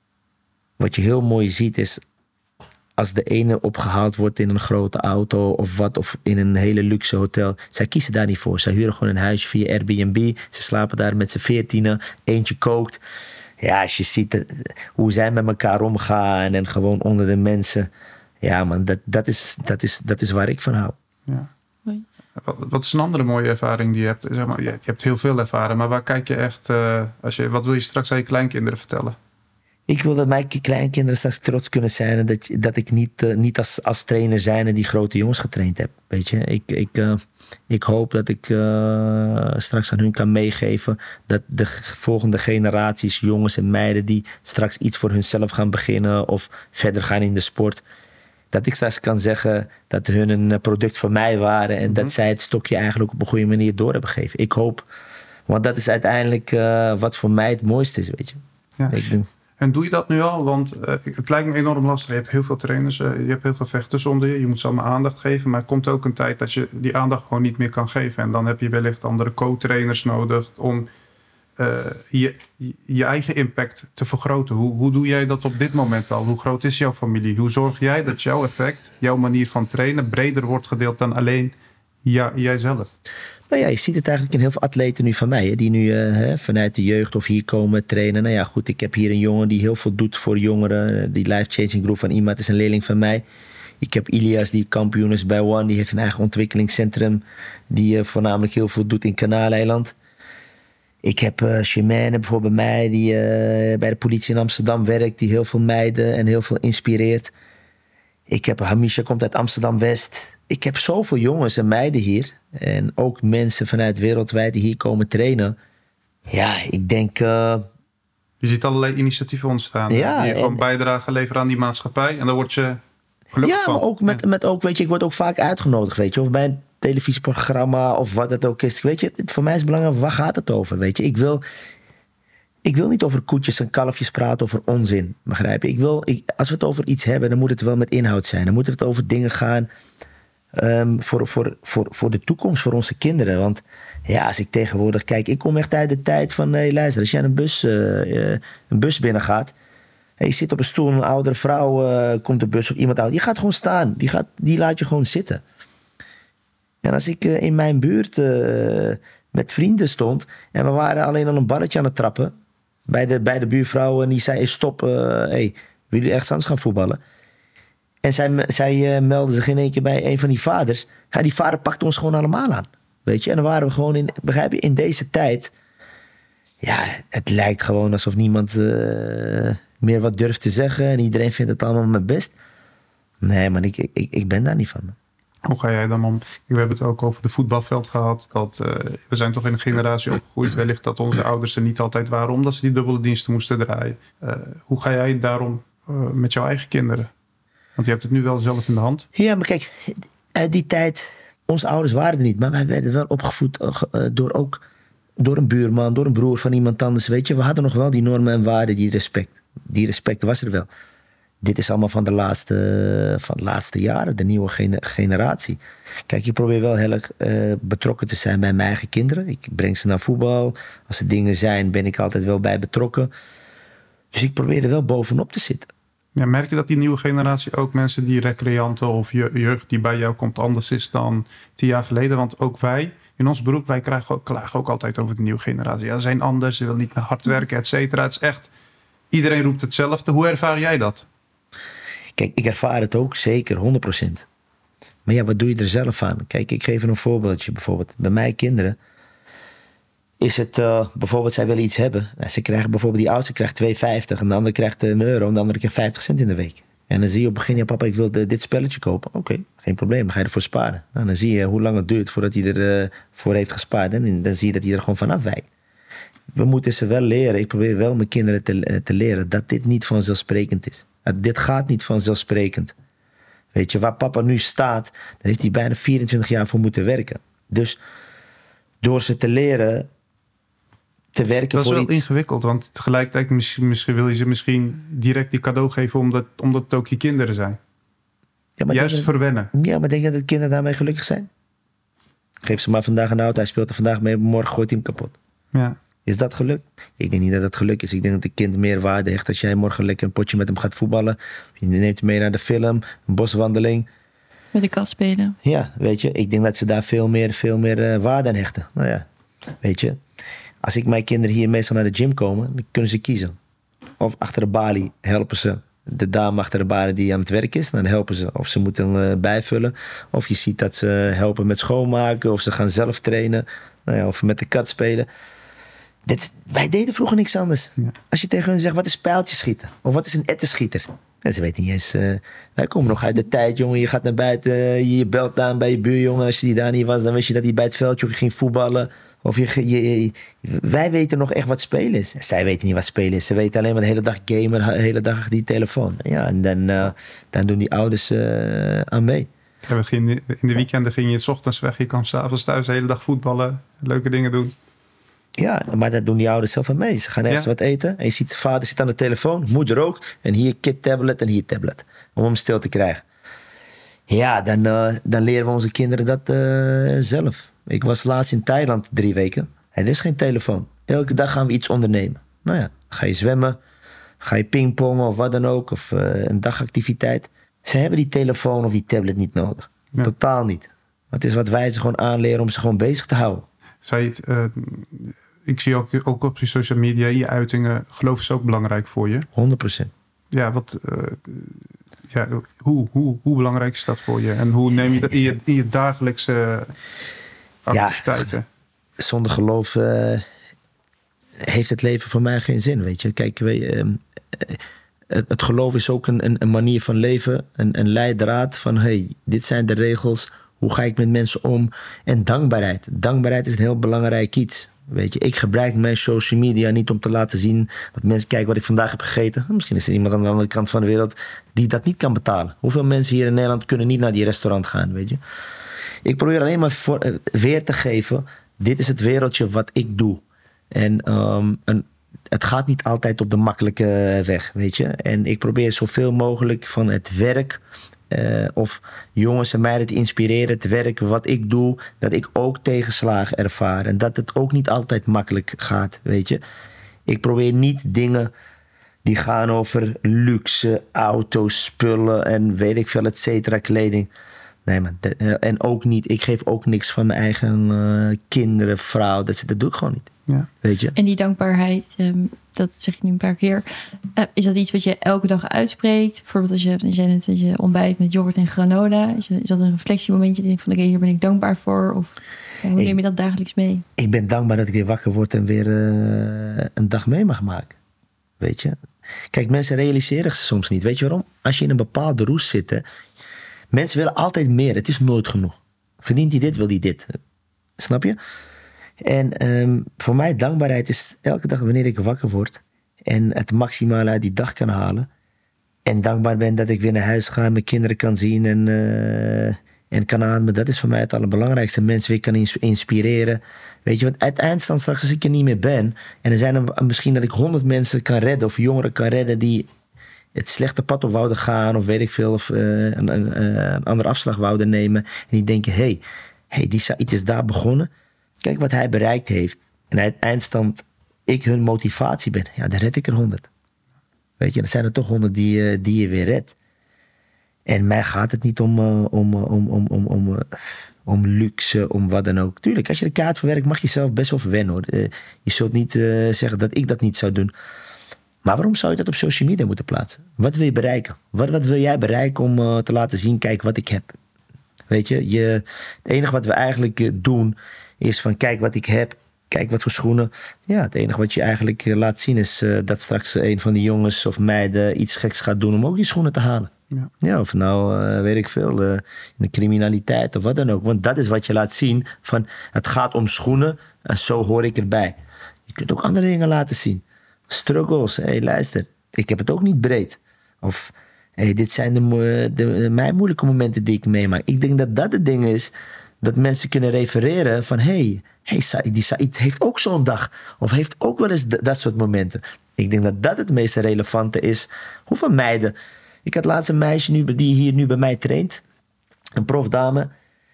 wat je heel mooi ziet is, als de ene opgehaald wordt in een grote auto of wat, of in een hele luxe hotel. Zij kiezen daar niet voor. Zij huren gewoon een huisje via Airbnb. Ze slapen daar met z'n veertienen. Eentje kookt. Ja, als je ziet het, hoe zij met elkaar omgaan en gewoon onder de mensen. Ja man, dat, dat, is, dat, is, dat is waar ik van hou. Ja. Wat, wat is een andere mooie ervaring die je hebt? Zeg maar, je, je hebt heel veel ervaren, maar waar kijk je echt, uh, als je, wat wil je straks aan je kleinkinderen vertellen? Ik wil dat mijn kleinkinderen straks trots kunnen zijn. En dat, dat ik niet, uh, niet als, als trainer zijn en die grote jongens getraind heb. Weet je, ik, ik, uh, ik hoop dat ik uh, straks aan hun kan meegeven dat de volgende generaties, jongens en meiden die straks iets voor hunzelf gaan beginnen of verder gaan in de sport, dat ik straks kan zeggen dat hun een product van mij waren en mm-hmm. dat zij het stokje eigenlijk op een goede manier door hebben gegeven. Ik hoop, want dat is uiteindelijk uh, wat voor mij het mooiste is, weet je. Ja. Ik denk, en doe je dat nu al? Want uh, het lijkt me enorm lastig. Je hebt heel veel trainers, uh, je hebt heel veel vechters onder je. Je moet ze allemaal aandacht geven. Maar er komt ook een tijd dat je die aandacht gewoon niet meer kan geven. En dan heb je wellicht andere co-trainers nodig om uh, je, je eigen impact te vergroten. Hoe, hoe doe jij dat op dit moment al? Hoe groot is jouw familie? Hoe zorg jij dat jouw effect, jouw manier van trainen, breder wordt gedeeld dan alleen ja, jijzelf? Nou ja, je ziet het eigenlijk in heel veel atleten nu van mij. Hè, die nu uh, hè, vanuit de jeugd of hier komen trainen. Nou ja, goed, ik heb hier een jongen die heel veel doet voor jongeren. Die Life Changing Group van iemand is een leerling van mij. Ik heb Ilias, die kampioen is bij One. Die heeft een eigen ontwikkelingscentrum. Die uh, voornamelijk heel veel doet in Kanaaleiland. Ik heb uh, Shemane bijvoorbeeld bij mij. Die uh, bij de politie in Amsterdam werkt. Die heel veel meiden en heel veel inspireert. Ik heb Hamisha, komt uit Amsterdam-West. Ik heb zoveel jongens en meiden hier. En ook mensen vanuit wereldwijd die hier komen trainen. Ja, ik denk... Uh... Je ziet allerlei initiatieven ontstaan. Ja, die gewoon en... bijdrage leveren aan die maatschappij. En daar word je gelukkig ja, van. Ja, maar ook met, ja. met ook, weet je, ik word ook vaak uitgenodigd, weet je. Of bij een televisieprogramma of wat het ook is. Weet je, voor mij is het belangrijk, waar gaat het over, weet je. Ik wil... Ik wil niet over koetjes en kalfjes praten, over onzin, begrijp je? Ik wil, ik, als we het over iets hebben, dan moet het wel met inhoud zijn. Dan moeten we het over dingen gaan um, voor, voor, voor, voor de toekomst, voor onze kinderen. Want ja, als ik tegenwoordig kijk, ik kom echt uit de tijd van, hey, luister, als jij een bus, uh, uh, een bus binnengaat, en je zit op een stoel, een oudere vrouw, uh, komt de bus of iemand oud, die gaat gewoon staan, die, gaat, die laat je gewoon zitten. En als ik uh, in mijn buurt uh, met vrienden stond en we waren alleen al een balletje aan het trappen, Bij de, bij de buurvrouw en die zei, stop, uh, hey, wil jullie ergens anders gaan voetballen? En zij, zij uh, meldde zich in één keer bij een van die vaders. Ja, die vader pakte ons gewoon allemaal aan. Weet je, en dan waren we gewoon in, begrijp je, in deze tijd. Ja, het lijkt gewoon alsof niemand uh, meer wat durft te zeggen. En iedereen vindt het allemaal mijn best. Nee, man, ik, ik, ik ben daar niet van. Hoe ga jij dan om? We hebben het ook over de voetbalveld gehad. Dat, uh, we zijn toch in een generatie opgegroeid. Wellicht dat onze ouders er niet altijd waren. Omdat ze die dubbele diensten moesten draaien. Uh, hoe ga jij daarom uh, met jouw eigen kinderen? Want je hebt het nu wel zelf in de hand. Ja, maar kijk, uit die tijd... Onze ouders waren er niet. Maar wij werden wel opgevoed uh, door ook... Door een buurman, door een broer van iemand anders. Weet je, we hadden nog wel die normen en waarden, die respect. Die respect was er wel. Dit is allemaal van de laatste, van de laatste jaren, de nieuwe generatie. Kijk, ik probeer wel heel erg uh, betrokken te zijn bij mijn eigen kinderen. Ik breng ze naar voetbal. Als er dingen zijn, ben ik altijd wel bij betrokken. Dus ik probeer er wel bovenop te zitten. Ja, merk je dat die nieuwe generatie ook mensen die recreanten of jeugd die bij jou komt anders is dan tien jaar geleden? Want ook wij, in ons beroep, wij krijgen ook, klagen ook altijd over de nieuwe generatie. Ja, ze zijn anders, ze willen niet meer hard werken, et cetera. Het is echt, iedereen roept hetzelfde. Hoe ervaar jij dat? Kijk, ik ervaar het ook zeker, honderd procent. Maar ja, wat doe je er zelf aan? Kijk, ik geef een voorbeeldje. Bijvoorbeeld bij mijn kinderen is het, uh, bijvoorbeeld, zij willen iets hebben. Nou, ze krijgen bijvoorbeeld, die oudste krijgt twee vijftig en de andere krijgt een euro en de andere krijgt vijftig cent in de week. En dan zie je op het begin, ja papa, ik wil de, dit spelletje kopen. Oké, okay, geen probleem, dan ga je ervoor sparen. Nou, dan zie je hoe lang het duurt voordat hij ervoor uh, voor heeft gespaard. En dan zie je dat hij er gewoon vanaf wijkt. We moeten ze wel leren, ik probeer wel mijn kinderen te, te leren dat dit niet vanzelfsprekend is. Dit gaat niet vanzelfsprekend. Weet je, waar papa nu staat, daar heeft hij bijna vierentwintig jaar voor moeten werken. Dus door ze te leren te werken voor iets... Dat is wel ingewikkeld, want tegelijkertijd misschien, misschien wil je ze misschien direct die cadeau geven omdat, omdat het ook je kinderen zijn. Ja, maar Juist denk, verwennen. Ja, maar denk je dat de kinderen daarmee gelukkig zijn? Geef ze maar vandaag een auto, hij speelt er vandaag mee, morgen gooit hij hem kapot. Ja. Is dat geluk? Ik denk niet dat dat geluk is. Ik denk dat een kind meer waarde heeft als jij morgen lekker een potje met hem gaat voetballen. Je neemt hem mee naar de film, een boswandeling. Met de kat spelen. Ja, weet je. Ik denk dat ze daar veel meer, veel meer uh, waarde aan hechten. Nou ja, weet je. Als ik mijn kinderen hier meestal naar de gym komen, dan kunnen ze kiezen. Of achter de balie helpen ze de dame achter de balie die aan het werk is. Dan helpen ze. Of ze moeten uh, bijvullen. Of je ziet dat ze helpen met schoonmaken. Of ze gaan zelf trainen. Nou ja, of met de kat spelen. Dit, wij deden vroeger niks anders. Ja. Als je tegen hen zegt, wat is pijltjes schieten? Of wat is een ettenschieter? Ja, ze weten niet eens. Uh, wij komen nog uit de tijd, jongen. Je gaat naar buiten, uh, je belt aan bij je buurjongen. Als je die daar niet was, dan wist je dat hij bij het veldje... of je ging voetballen. Of je, je, je, wij weten nog echt wat spelen is. Zij weten niet wat spelen is. Ze weten alleen maar de hele dag gamen, de hele dag die telefoon. Ja, en dan, uh, dan doen die ouders uh, aan mee. Ja, we gingen, in de weekenden ging je 's ochtends weg. Je kwam 's avonds thuis de hele dag voetballen. Leuke dingen doen. Ja, maar dat doen die ouders zelf aan mee. Ze gaan ergens ja. wat eten. En je ziet, vader zit aan de telefoon, moeder ook. En hier kid tablet en hier tablet. Om hem stil te krijgen. Ja, dan, uh, dan leren we onze kinderen dat uh, zelf. Ik was laatst in Thailand drie weken. En er is geen telefoon. Elke dag gaan we iets ondernemen. Nou ja, ga je zwemmen. Ga je pingpongen of wat dan ook. Of uh, een dagactiviteit. Ze hebben die telefoon of die tablet niet nodig. Ja. Totaal niet. Maar het is wat wij ze gewoon aanleren om ze gewoon bezig te houden. Zei het, uh, ik zie ook, ook op je social media, je uitingen, geloof is ook belangrijk voor je. honderd procent. Ja, wat, uh, ja hoe, hoe, hoe belangrijk is dat voor je? En hoe neem je dat in je, in je dagelijkse activiteiten? Ja, zonder geloof uh, heeft het leven voor mij geen zin, weet je. Kijk, weet je, uh, het, het geloof is ook een, een, een manier van leven, een, een leidraad van, hey, dit zijn de regels. Hoe ga ik met mensen om? En dankbaarheid. Dankbaarheid is een heel belangrijk iets. Weet je, ik gebruik mijn social media niet om te laten zien... wat mensen kijken wat ik vandaag heb gegeten. Misschien is er iemand aan de andere kant van de wereld die dat niet kan betalen. Hoeveel mensen hier in Nederland kunnen niet naar die restaurant gaan, weet je? Ik probeer alleen maar voor, uh, weer te geven... dit is het wereldje wat ik doe. En um, een, het gaat niet altijd op de makkelijke weg, weet je? En ik probeer zoveel mogelijk van het werk... Uh, of jongens en meiden te inspireren, te werken wat ik doe, dat ik ook tegenslagen ervaar. En dat het ook niet altijd makkelijk gaat, weet je. Ik probeer niet dingen die gaan over luxe, auto's, spullen en weet ik veel, et cetera, kleding. Nee, man. De, uh, en ook niet, ik geef ook niks van mijn eigen uh, kinderen, vrouw. Dat, dat doe ik gewoon niet. Ja. Weet je? En die dankbaarheid, um, dat zeg ik nu een paar keer. Uh, is dat iets wat je elke dag uitspreekt? Bijvoorbeeld als je, als je, net, als je ontbijt met yoghurt en granola. Is, is dat een reflectiemomentje? Dat je denkt van, oké, okay, hier ben ik dankbaar voor? Of... Ja, hoe neem je dat dagelijks mee? Ik ben dankbaar dat ik weer wakker word en weer uh, een dag mee mag maken. Weet je? Kijk, mensen realiseren zich soms niet. Weet je waarom? Als je in een bepaalde roes zit, hè, mensen willen altijd meer. Het is nooit genoeg. Verdient hij dit, wil hij dit. Snap je? En um, voor mij dankbaarheid is elke dag wanneer ik wakker word en het maximale uit die dag kan halen. En dankbaar ben dat ik weer naar huis ga en mijn kinderen kan zien en, uh, en kan ademen. Dat is voor mij het allerbelangrijkste. Mensen weer kan inspireren. Weet je, want uiteindelijk straks als ik er niet meer ben en er zijn er misschien dat ik honderd mensen kan redden of jongeren kan redden die het slechte pad op wouden gaan of weet ik veel, of uh, een, een, een andere afslag wouden nemen. En die denken, hé, hey, hey, die Saïd is daar begonnen. Kijk wat hij bereikt heeft. En uiteindelijk ik hun motivatie ben. Ja, dan red ik er honderd. Weet je, dan zijn er toch honderd die, die je weer redt. En mij gaat het niet om, uh, om, uh, om, om, om, om, uh, om luxe, om wat dan ook. Tuurlijk, als je de kaart verwerkt, mag je zelf best wel verwennen, hoor. Uh, je zult niet uh, zeggen dat ik dat niet zou doen. Maar waarom zou je dat op social media moeten plaatsen? Wat wil je bereiken? Wat, wat wil jij bereiken om uh, te laten zien, kijk wat ik heb? Weet je, je, het enige wat we eigenlijk uh, doen is van kijk wat ik heb. Kijk wat voor schoenen. Ja, het enige wat je eigenlijk uh, laat zien is uh, dat straks een van die jongens of meiden iets geks gaat doen om ook die schoenen te halen. Ja, ja of nou uh, weet ik veel, uh, in de criminaliteit of wat dan ook. Want dat is wat je laat zien van het gaat om schoenen en zo hoor ik erbij. Je kunt ook andere dingen laten zien. Struggles, hé hey, luister, ik heb het ook niet breed. Of hey, dit zijn de, de, de, mijn moeilijke momenten die ik meemaak. Ik denk dat dat het ding is dat mensen kunnen refereren van hé, hey, hey, Saïd, die Saïd heeft ook zo'n dag. Of heeft ook wel eens d- dat soort momenten. Ik denk dat dat het meest relevante is. Hoeveel meiden. Ik had laatst een meisje nu, die hier nu bij mij traint. Een profdame.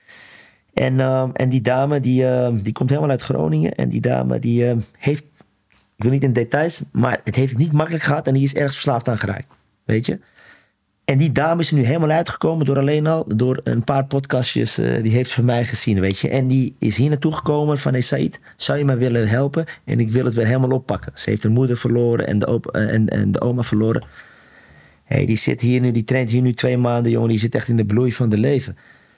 En, uh, en die dame die, uh, die komt helemaal uit Groningen. En die dame die uh, heeft, ik wil niet in details, maar het heeft het niet makkelijk gehad. En die is ergens verslaafd aan geraakt. Weet je? En die dame is er nu helemaal uitgekomen door alleen al, door een paar podcastjes, uh, die heeft ze van mij gezien, weet je. En die is hier naartoe gekomen van, hey Saïd, zou je mij willen helpen? En ik wil het weer helemaal oppakken. Ze heeft haar moeder verloren en de, op, uh, en, en de oma verloren. Hey, die zit hier nu, die traint hier nu twee maanden, jongen. Die zit echt in de bloei van de leven.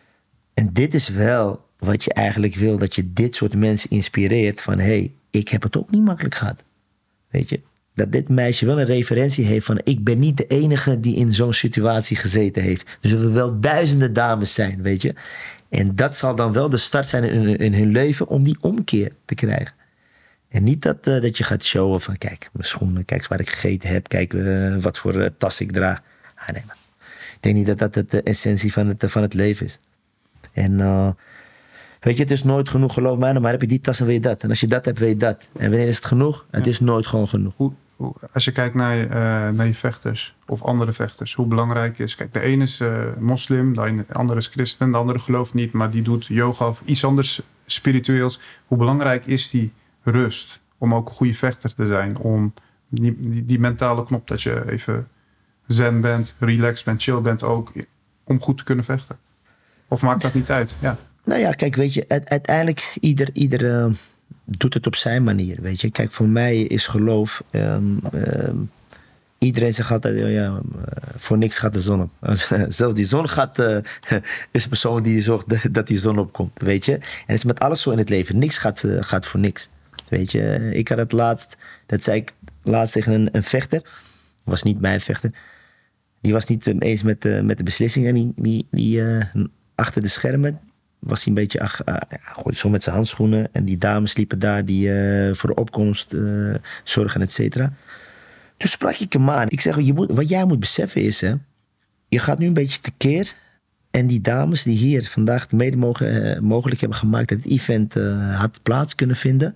En dit is wel wat je eigenlijk wil, dat je dit soort mensen inspireert van, hey, ik heb het ook niet makkelijk gehad. Weet je. Dat dit meisje wel een referentie heeft van ik ben niet de enige die in zo'n situatie gezeten heeft. Er zullen wel duizenden dames zijn, weet je. En dat zal dan wel de start zijn in, in hun leven om die omkeer te krijgen. En niet dat, uh, dat je gaat showen van kijk, mijn schoenen, kijk eens waar ik gegeten heb, kijk uh, wat voor uh, tas ik draag. Ah, nee, man. Ik denk niet dat dat het, de essentie van het, van het leven is. En uh, weet je, het is nooit genoeg, geloof mij, maar heb je die tas, dan wil je dat. En als je dat hebt, wil je dat. En wanneer is het genoeg? Het ja. is nooit gewoon genoeg. Hoe, hoe, als je kijkt naar, uh, naar je vechters of andere vechters, hoe belangrijk is... Kijk, de ene is uh, moslim, de andere is christen, de andere gelooft niet, maar die doet yoga of iets anders spiritueels. Hoe belangrijk is die rust om ook een goede vechter te zijn? Om die, die, die mentale knop dat je even zen bent, relaxed bent, chill bent ook, om goed te kunnen vechten? Of maakt dat niet uit? Ja. Nou ja, kijk, weet je, uiteindelijk ieder, ieder uh, doet het op zijn manier, weet je. Kijk, voor mij is geloof, um, um, iedereen zegt altijd, ja, ja, voor niks gaat de zon op. Zelfs die zon gaat, uh, is een persoon die zorgt dat die zon opkomt, weet je. En het is met alles zo in het leven, niks gaat, uh, gaat voor niks, weet je. Ik had het laatst, dat zei ik laatst tegen een, een vechter, was niet mijn vechter, die was niet um, eens met, uh, met de beslissing en die, die, die uh, achter de schermen was hij een beetje, ach, uh, ja, zo met zijn handschoenen. En die dames liepen daar die uh, voor de opkomst uh, zorgen, et cetera. Toen sprak ik hem aan. Ik zeg, je moet, wat jij moet beseffen is, hè, je gaat nu een beetje tekeer. En die dames die hier vandaag mede mogen, uh, mogelijk hebben gemaakt dat het event uh, had plaats kunnen vinden.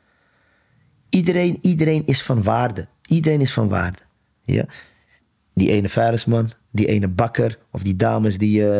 Iedereen, iedereen is van waarde. Iedereen is van waarde. Ja? Die ene vuilnisman, die ene bakker, of die dames die uh,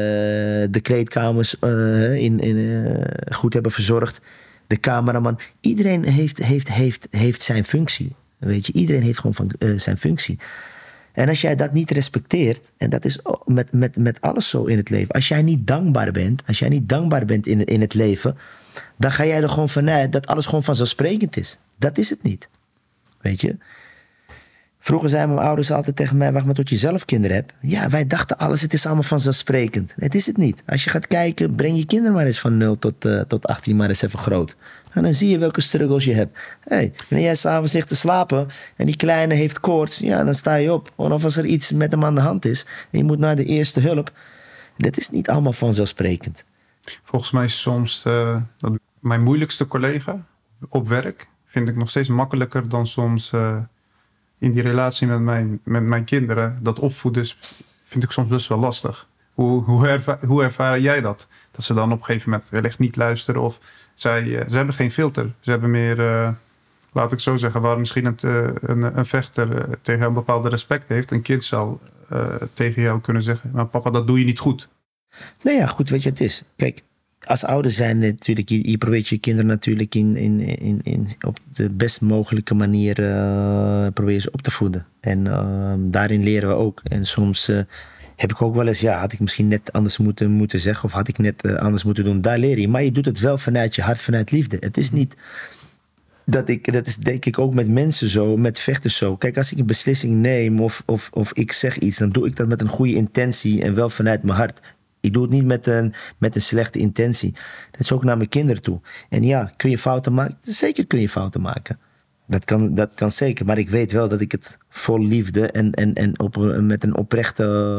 de kleedkamers uh, in, in, uh, goed hebben verzorgd, de cameraman. Iedereen heeft, heeft, heeft, heeft zijn functie. Weet je? Iedereen heeft gewoon van, uh, zijn functie. En als jij dat niet respecteert, en dat is met, met, met alles zo in het leven. Als jij niet dankbaar bent, als jij niet dankbaar bent in, in het leven, dan ga jij er gewoon vanuit dat alles gewoon vanzelfsprekend is. Dat is het niet. Weet je? Vroeger zeiden mijn ouders altijd tegen mij, wacht maar tot je zelf kinderen hebt. Ja, wij dachten alles, het is allemaal vanzelfsprekend. Het is het niet. Als je gaat kijken, breng je kinderen maar eens van nul tot, uh, tot achttien maar eens even groot. En dan zie je welke struggles je hebt. Hey, wanneer jij s'avonds ligt te slapen en die kleine heeft koorts, ja, dan sta je op. Of als er iets met hem aan de hand is en je moet naar de eerste hulp. Dat is niet allemaal vanzelfsprekend. Volgens mij is soms uh, dat mijn moeilijkste collega op werk vind ik nog steeds makkelijker dan soms uh, in die relatie met mijn, met mijn kinderen. Dat opvoeden vind ik soms best wel lastig. Hoe, hoe, erva- hoe ervaar jij dat? Dat ze dan op een gegeven moment wellicht niet luisteren of zij, uh, ze hebben geen filter. Ze hebben meer, uh, laat ik zo zeggen, waar misschien het, uh, een, een vechter uh, tegen een bepaalde respect heeft. Een kind zal uh, tegen jou kunnen zeggen, nou papa, dat doe je niet goed. Nou ja, goed, weet je wat het is. Kijk, als ouders zijn natuurlijk, je, je probeert je kinderen natuurlijk in, in, in, in, op de best mogelijke manier uh, probeer ze op te voeden. En uh, daarin leren we ook. En soms uh, heb ik ook wel eens, ja, had ik misschien net anders moeten, moeten zeggen of had ik net uh, anders moeten doen. Daar leer je. Maar je doet het wel vanuit je hart, vanuit liefde. Het is niet dat ik, dat is denk ik ook met mensen zo, met vechters zo. Kijk, als ik een beslissing neem of, of, of ik zeg iets, dan doe ik dat met een goede intentie en wel vanuit mijn hart. Ik doe het niet met een, met een slechte intentie. Dat is ook naar mijn kinderen toe. En ja, kun je fouten maken? Zeker kun je fouten maken. Dat kan, dat kan zeker. Maar ik weet wel dat ik het vol liefde en, en, en op, met een oprechte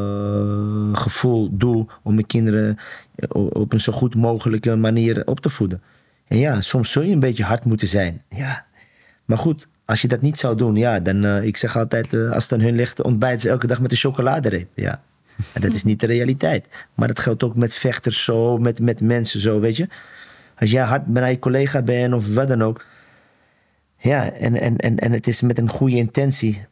uh, gevoel doe om mijn kinderen op een zo goed mogelijke manier op te voeden. En ja, soms zul je een beetje hard moeten zijn. Ja. Maar goed, als je dat niet zou doen, ja, dan, uh, ik zeg altijd, uh, als het aan hun ligt, ontbijten ze elke dag met een chocoladereep. Ja. En dat is niet de realiteit. Maar dat geldt ook met vechters zo, met, met mensen zo, weet je. Als jij hard naar je collega bent of wat dan ook. Ja, en, en, en, en het is met een goede intentie.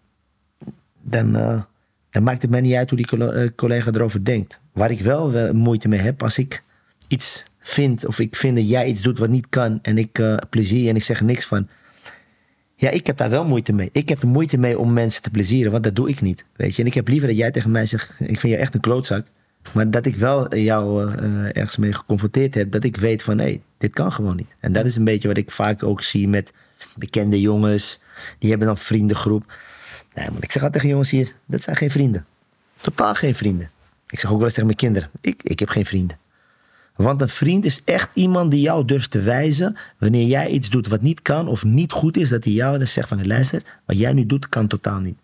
Dan, uh, dan maakt het mij niet uit hoe die collega erover denkt. Waar ik wel uh, moeite mee heb, als ik iets vind of ik vind dat jij iets doet wat niet kan en ik uh, plezier en ik zeg er niks van. Ja, ik heb daar wel moeite mee. Ik heb er moeite mee om mensen te plezieren, want dat doe ik niet. Weet je? En ik heb liever dat jij tegen mij zegt, ik vind je echt een klootzak. Maar dat ik wel jou uh, ergens mee geconfronteerd heb, dat ik weet van, hé, hey, dit kan gewoon niet. En dat is een beetje wat ik vaak ook zie met bekende jongens. Die hebben dan vriendengroep. Nee, maar ik zeg altijd tegen jongens hier, dat zijn geen vrienden. Totaal geen vrienden. Ik zeg ook wel eens tegen mijn kinderen, ik, ik heb geen vrienden. Want een vriend is echt iemand die jou durft te wijzen wanneer jij iets doet wat niet kan of niet goed is, dat hij jou dan zegt van, luister, wat jij nu doet kan totaal niet.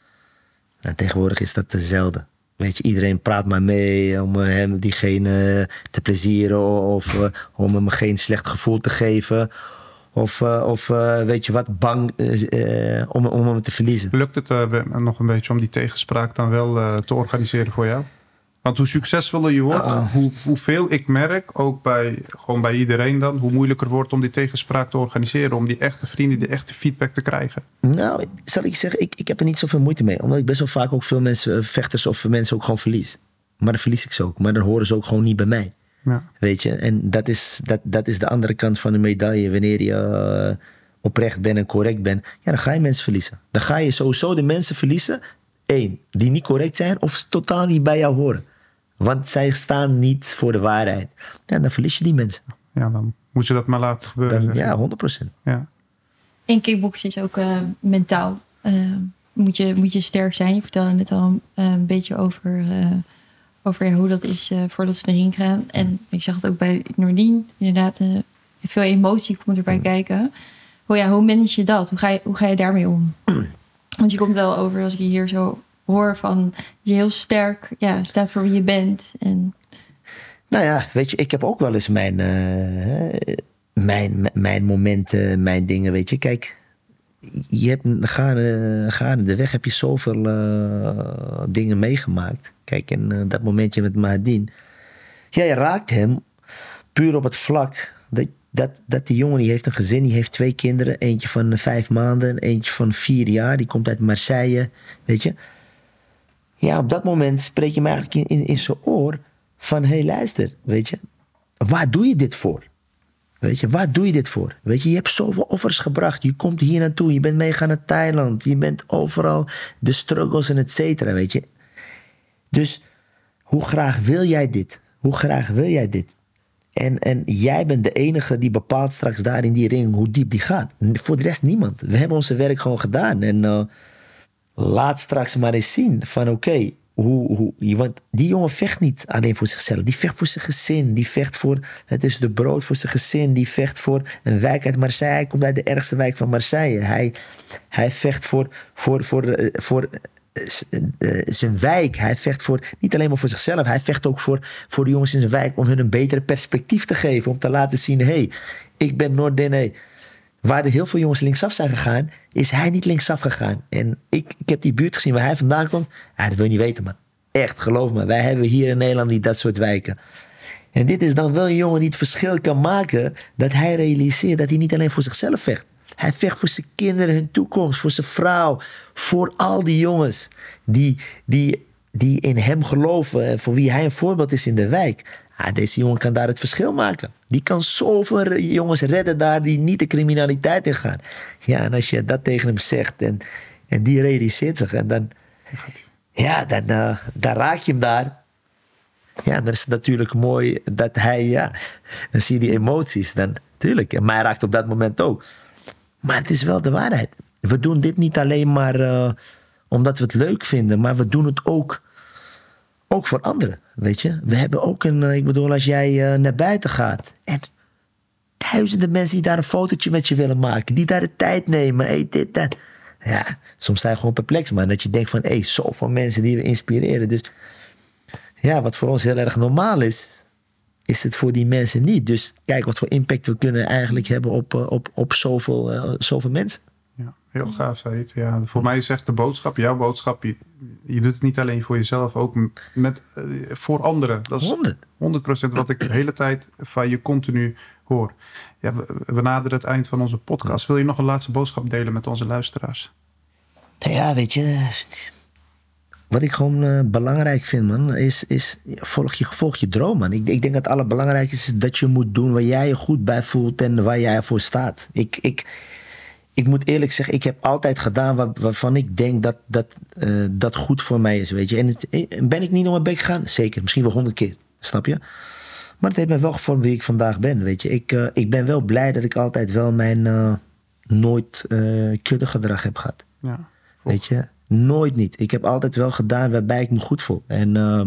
En tegenwoordig is dat te zelden. Weet je, iedereen praat maar mee om hem diegene te plezieren of uh, om hem geen slecht gevoel te geven. Of, uh, of uh, weet je wat, bang uh, om, om hem te verliezen. Lukt het uh, nog een beetje om die tegenspraak dan wel uh, te organiseren voor jou? Want hoe succesvoller je wordt, uh, hoe, hoeveel ik merk, ook bij, gewoon bij iedereen dan, hoe moeilijker wordt om die tegenspraak te organiseren, om die echte vrienden, die echte feedback te krijgen. Nou, zal ik zeggen, ik, ik heb er niet zoveel moeite mee. Omdat ik best wel vaak ook veel mensen, vechters of mensen ook gewoon verlies. Maar dan verlies ik ze ook. Maar dan horen ze ook gewoon niet bij mij. Ja. Weet je, en dat is, dat, dat is de andere kant van de medaille. Wanneer je uh, oprecht bent en correct bent, ja, dan ga je mensen verliezen. Dan ga je sowieso de mensen verliezen, één, die niet correct zijn of totaal niet bij jou horen. Want zij staan niet voor de waarheid. Ja, dan verlies je die mensen. Ja, dan moet je dat maar laten gebeuren. Dan, ja, honderd procent. Ja. In kickboksen is ook uh, mentaal. Uh, moet, je, moet je sterk zijn. Je vertelde net al uh, een beetje over, uh, over ja, hoe dat is uh, voordat ze erin gaan. En ik zag het ook bij Noordien. Inderdaad, uh, veel emotie komt erbij mm. kijken. Hoe, ja, hoe manage je dat? Hoe ga je, hoe ga je daarmee om? Want je komt wel over, als ik je hier zo hoor, van je heel sterk ja, staat voor wie je bent. En nou ja, weet je, ik heb ook wel eens mijn, uh, mijn, mijn momenten, mijn dingen, weet je. Kijk, je hebt gaande, gaande de weg heb je zoveel uh, dingen meegemaakt. Kijk, en uh, dat momentje met Mahadin. Ja, je raakt hem puur op het vlak dat, dat, dat die jongen, die heeft een gezin, die heeft twee kinderen. Eentje van vijf maanden, eentje van vier jaar. Die komt uit Marseille, weet je. Ja, op dat moment spreek je me eigenlijk in, in, in zijn oor van, hé, hey, luister, weet je, waar doe je dit voor? Weet je, waar doe je dit voor? Weet je, je hebt zoveel offers gebracht. Je komt hier naartoe, je bent meegaan naar Thailand. Je bent overal de struggles en et cetera, weet je. Dus hoe graag wil jij dit? Hoe graag wil jij dit? En, en jij bent de enige die bepaalt straks daar in die ring hoe diep die gaat. Voor de rest niemand. We hebben onze werk gewoon gedaan. En uh, laat straks maar eens zien van oké, okay, hoe, hoe, want die jongen vecht niet alleen voor zichzelf. Die vecht voor zijn gezin. Die vecht voor het is de brood voor zijn gezin. Die vecht voor een wijk uit Marseille. Hij komt uit de ergste wijk van Marseille. Hij, hij vecht voor, voor, voor, voor uh, zijn wijk. Hij vecht voor, niet alleen maar voor zichzelf. Hij vecht ook voor, voor de jongens in zijn wijk om hun een betere perspectief te geven. Om te laten zien, hé, hey, ik ben Noord-Dene. Waar er heel veel jongens linksaf zijn gegaan, is hij niet linksaf gegaan. En ik, ik heb die buurt gezien waar hij vandaan komt. Ja, dat wil je niet weten, man. Echt, geloof me. Wij hebben hier in Nederland niet dat soort wijken. En dit is dan wel een jongen die het verschil kan maken, dat hij realiseert dat hij niet alleen voor zichzelf vecht. Hij vecht voor zijn kinderen, hun toekomst, voor zijn vrouw. Voor al die jongens die, die, die in hem geloven en voor wie hij een voorbeeld is in de wijk. Ja, deze jongen kan daar het verschil maken. Die kan zoveel jongens redden daar die niet de criminaliteit in gaan. Ja, en als je dat tegen hem zegt en, en die realiseert zich en dan, ja, dan, uh, dan raak je hem daar. Ja, dan is het natuurlijk mooi dat hij, ja, dan zie je die emoties. Dan, tuurlijk, en mij raakt op dat moment ook. Maar het is wel de waarheid. We doen dit niet alleen maar uh, omdat we het leuk vinden, maar we doen het ook, ook voor anderen, weet je. We hebben ook een, uh, ik bedoel, als jij uh, naar buiten gaat en duizenden mensen die daar een fotootje met je willen maken, die daar de tijd nemen, hey, dit, dat. Ja, soms sta je gewoon perplex, man. Dat je denkt van, hé, hey, zoveel mensen die we inspireren. Dus ja, wat voor ons heel erg normaal is, is het voor die mensen niet. Dus kijk wat voor impact we kunnen eigenlijk hebben op, op, op zoveel, uh, zoveel mensen. Ja, heel gaaf, Saïd. Ja, voor mij is echt de boodschap, jouw boodschap. Je, je doet het niet alleen voor jezelf, ook met, uh, voor anderen. Dat is honderd procent wat ik de hele tijd van je continu hoor. Ja, we, we naderen het eind van onze podcast. Wil je nog een laatste boodschap delen met onze luisteraars? Nou ja, weet je, wat ik gewoon uh, belangrijk vind, man, is, is volg, je, volg je droom, man. Ik, ik denk dat het allerbelangrijkste is dat je moet doen waar jij je goed bij voelt en waar jij voor staat. Ik, ik, ik moet eerlijk zeggen, ik heb altijd gedaan waar, waarvan ik denk dat dat, uh, dat goed voor mij is, weet je. En het, ben ik niet om mijn bek gegaan? Zeker, misschien wel honderd keer, snap je? Maar het heeft mij wel gevormd wie ik vandaag ben, weet je. Ik, uh, ik ben wel blij dat ik altijd wel mijn uh, nooit uh, kuddegedrag heb gehad. Ja, weet je, nooit niet. Ik heb altijd wel gedaan waarbij ik me goed voel. En, uh,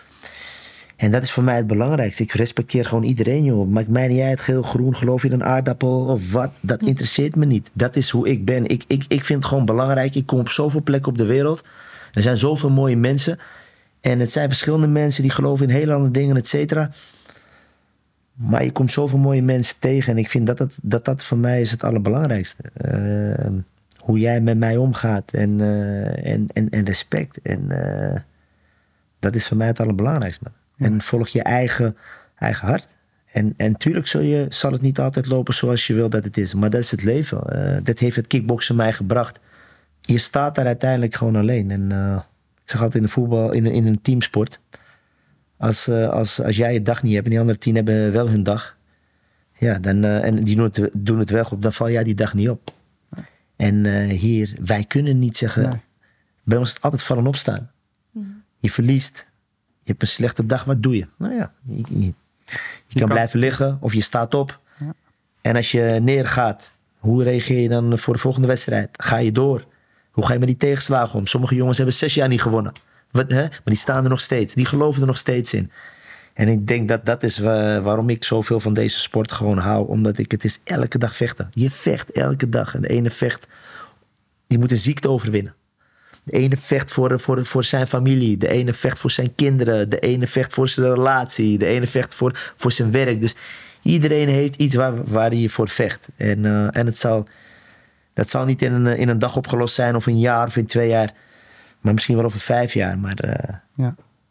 en dat is voor mij het belangrijkste. Ik respecteer gewoon iedereen, joh. Maakt mij niet uit, geel, groen, geloof je in een aardappel of wat. Dat interesseert me niet. Dat is hoe ik ben. Ik, ik, ik vind het gewoon belangrijk. Ik kom op zoveel plekken op de wereld. Er zijn zoveel mooie mensen. En het zijn verschillende mensen die geloven in hele andere dingen, et cetera. Maar je komt zoveel mooie mensen tegen. En ik vind dat dat, dat, dat voor mij is het allerbelangrijkste. Uh, hoe jij met mij omgaat. En, uh, en, en, en respect. En uh, dat is voor mij het allerbelangrijkste. Man. Ja. En volg je eigen, eigen hart. En, en tuurlijk zal, je, zal het niet altijd lopen zoals je wil dat het is. Maar dat is het leven. Uh, dat heeft het kickboksen mij gebracht. Je staat daar uiteindelijk gewoon alleen. En uh, ik zeg altijd in de voetbal, in, in een teamsport. Als, uh, als, als jij je dag niet hebt en die andere tien hebben wel hun dag. Ja, dan, uh, en die doen het, doen het wel op, dan val jij die dag niet op. Nee. En uh, hier, wij kunnen niet zeggen. Nee. Bij ons is het altijd vallen opstaan. Mm. Je verliest. Je hebt een slechte dag, wat doe je? Nou ja, je, je, je, je kan, kan blijven liggen of je staat op. Ja. En als je neergaat, hoe reageer je dan voor de volgende wedstrijd? Ga je door? Hoe ga je met die tegenslagen om? Sommige jongens hebben zes jaar niet gewonnen. Wat, hè? Maar die staan er nog steeds. Die geloven er nog steeds in. En ik denk dat dat is waar, waarom ik zoveel van deze sport gewoon hou. Omdat ik het is elke dag vechten. Je vecht elke dag. En de ene vecht, die moet een ziekte overwinnen. De ene vecht voor, voor, voor zijn familie. De ene vecht voor zijn kinderen. De ene vecht voor zijn relatie. De ene vecht voor, voor zijn werk. Dus iedereen heeft iets waar, waar hij voor vecht. En, uh, en het zal, dat zal niet in een, in een dag opgelost zijn. Of een jaar of in twee jaar. Maar misschien wel over vijf jaar. Maar uh, ja.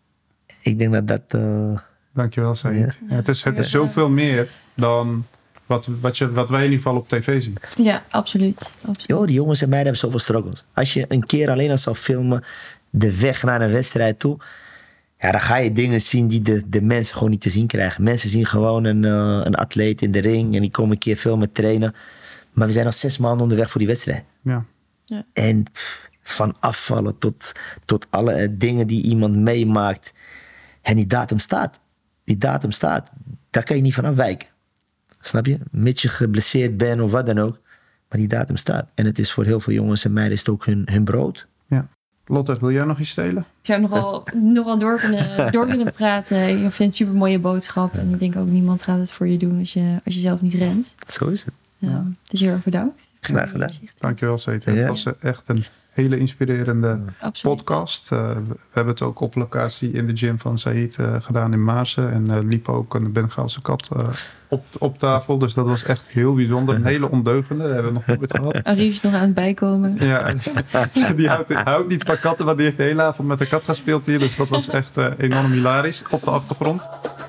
ik denk dat dat... Uh, Dankjewel, Saïd. Ja. Ja, het is, het is zoveel meer dan wat, wat, je, wat wij in ieder geval op tv zien. Ja, absoluut. absoluut. Yo, die jongens en meiden hebben zoveel struggles. Als je een keer alleen al zou filmen de weg naar een wedstrijd toe. Ja, dan ga je dingen zien die de, de mensen gewoon niet te zien krijgen. Mensen zien gewoon een, uh, een atleet in de ring. En die komen een keer filmen, trainen. Maar we zijn al zes maanden onderweg voor die wedstrijd. Ja. Ja. En pff, van afvallen tot, tot alle uh, dingen die iemand meemaakt. En die datum staat. Die datum staat. Daar kan je niet van afwijken. Snap je? Mits je geblesseerd bent of wat dan ook. Maar die datum staat. En het is voor heel veel jongens en meiden is het ook hun, hun brood. Ja. Lotte, wil jij nog iets delen? Ik zou nogal, nogal door, kunnen, door kunnen praten. Ik vind het een super mooie boodschap. En ik denk ook niemand gaat het voor je doen als je, als je zelf niet rent. Zo is het. Ja. Dus heel erg bedankt. Graag gedaan. Dankjewel, Saïd. Ja. Het was echt een hele inspirerende Absoluut. podcast. Uh, we hebben het ook op locatie in de gym van Saïd uh, gedaan in Maarsen. En uh, liep ook een Bengaalse kat uh, op, op tafel. Dus dat was echt heel bijzonder. Een hele ondeugende. Dat hebben we nog nooit gehad. Arif is nog aan het bijkomen. Ja, die houdt, houdt niet van katten, maar die heeft de hele avond met de kat gespeeld hier. Dus dat was echt uh, enorm hilarisch op de achtergrond.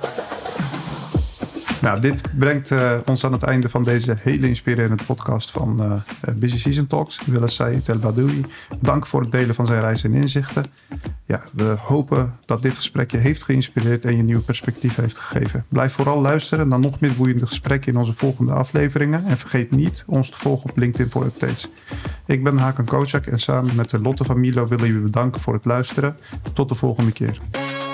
Nou, dit brengt uh, ons aan het einde van deze hele inspirerende podcast van uh, Busy Season Talks. Ik wil Saïd El Badouri bedanken voor het delen van zijn reis en inzichten. Ja, we hopen dat dit gesprek je heeft geïnspireerd en je nieuwe perspectief heeft gegeven. Blijf vooral luisteren naar nog meer boeiende gesprekken in onze volgende afleveringen. En vergeet niet ons te volgen op LinkedIn voor updates. Ik ben Hakan Kocak en samen met de Lotte van Milo willen we je bedanken voor het luisteren. Tot de volgende keer.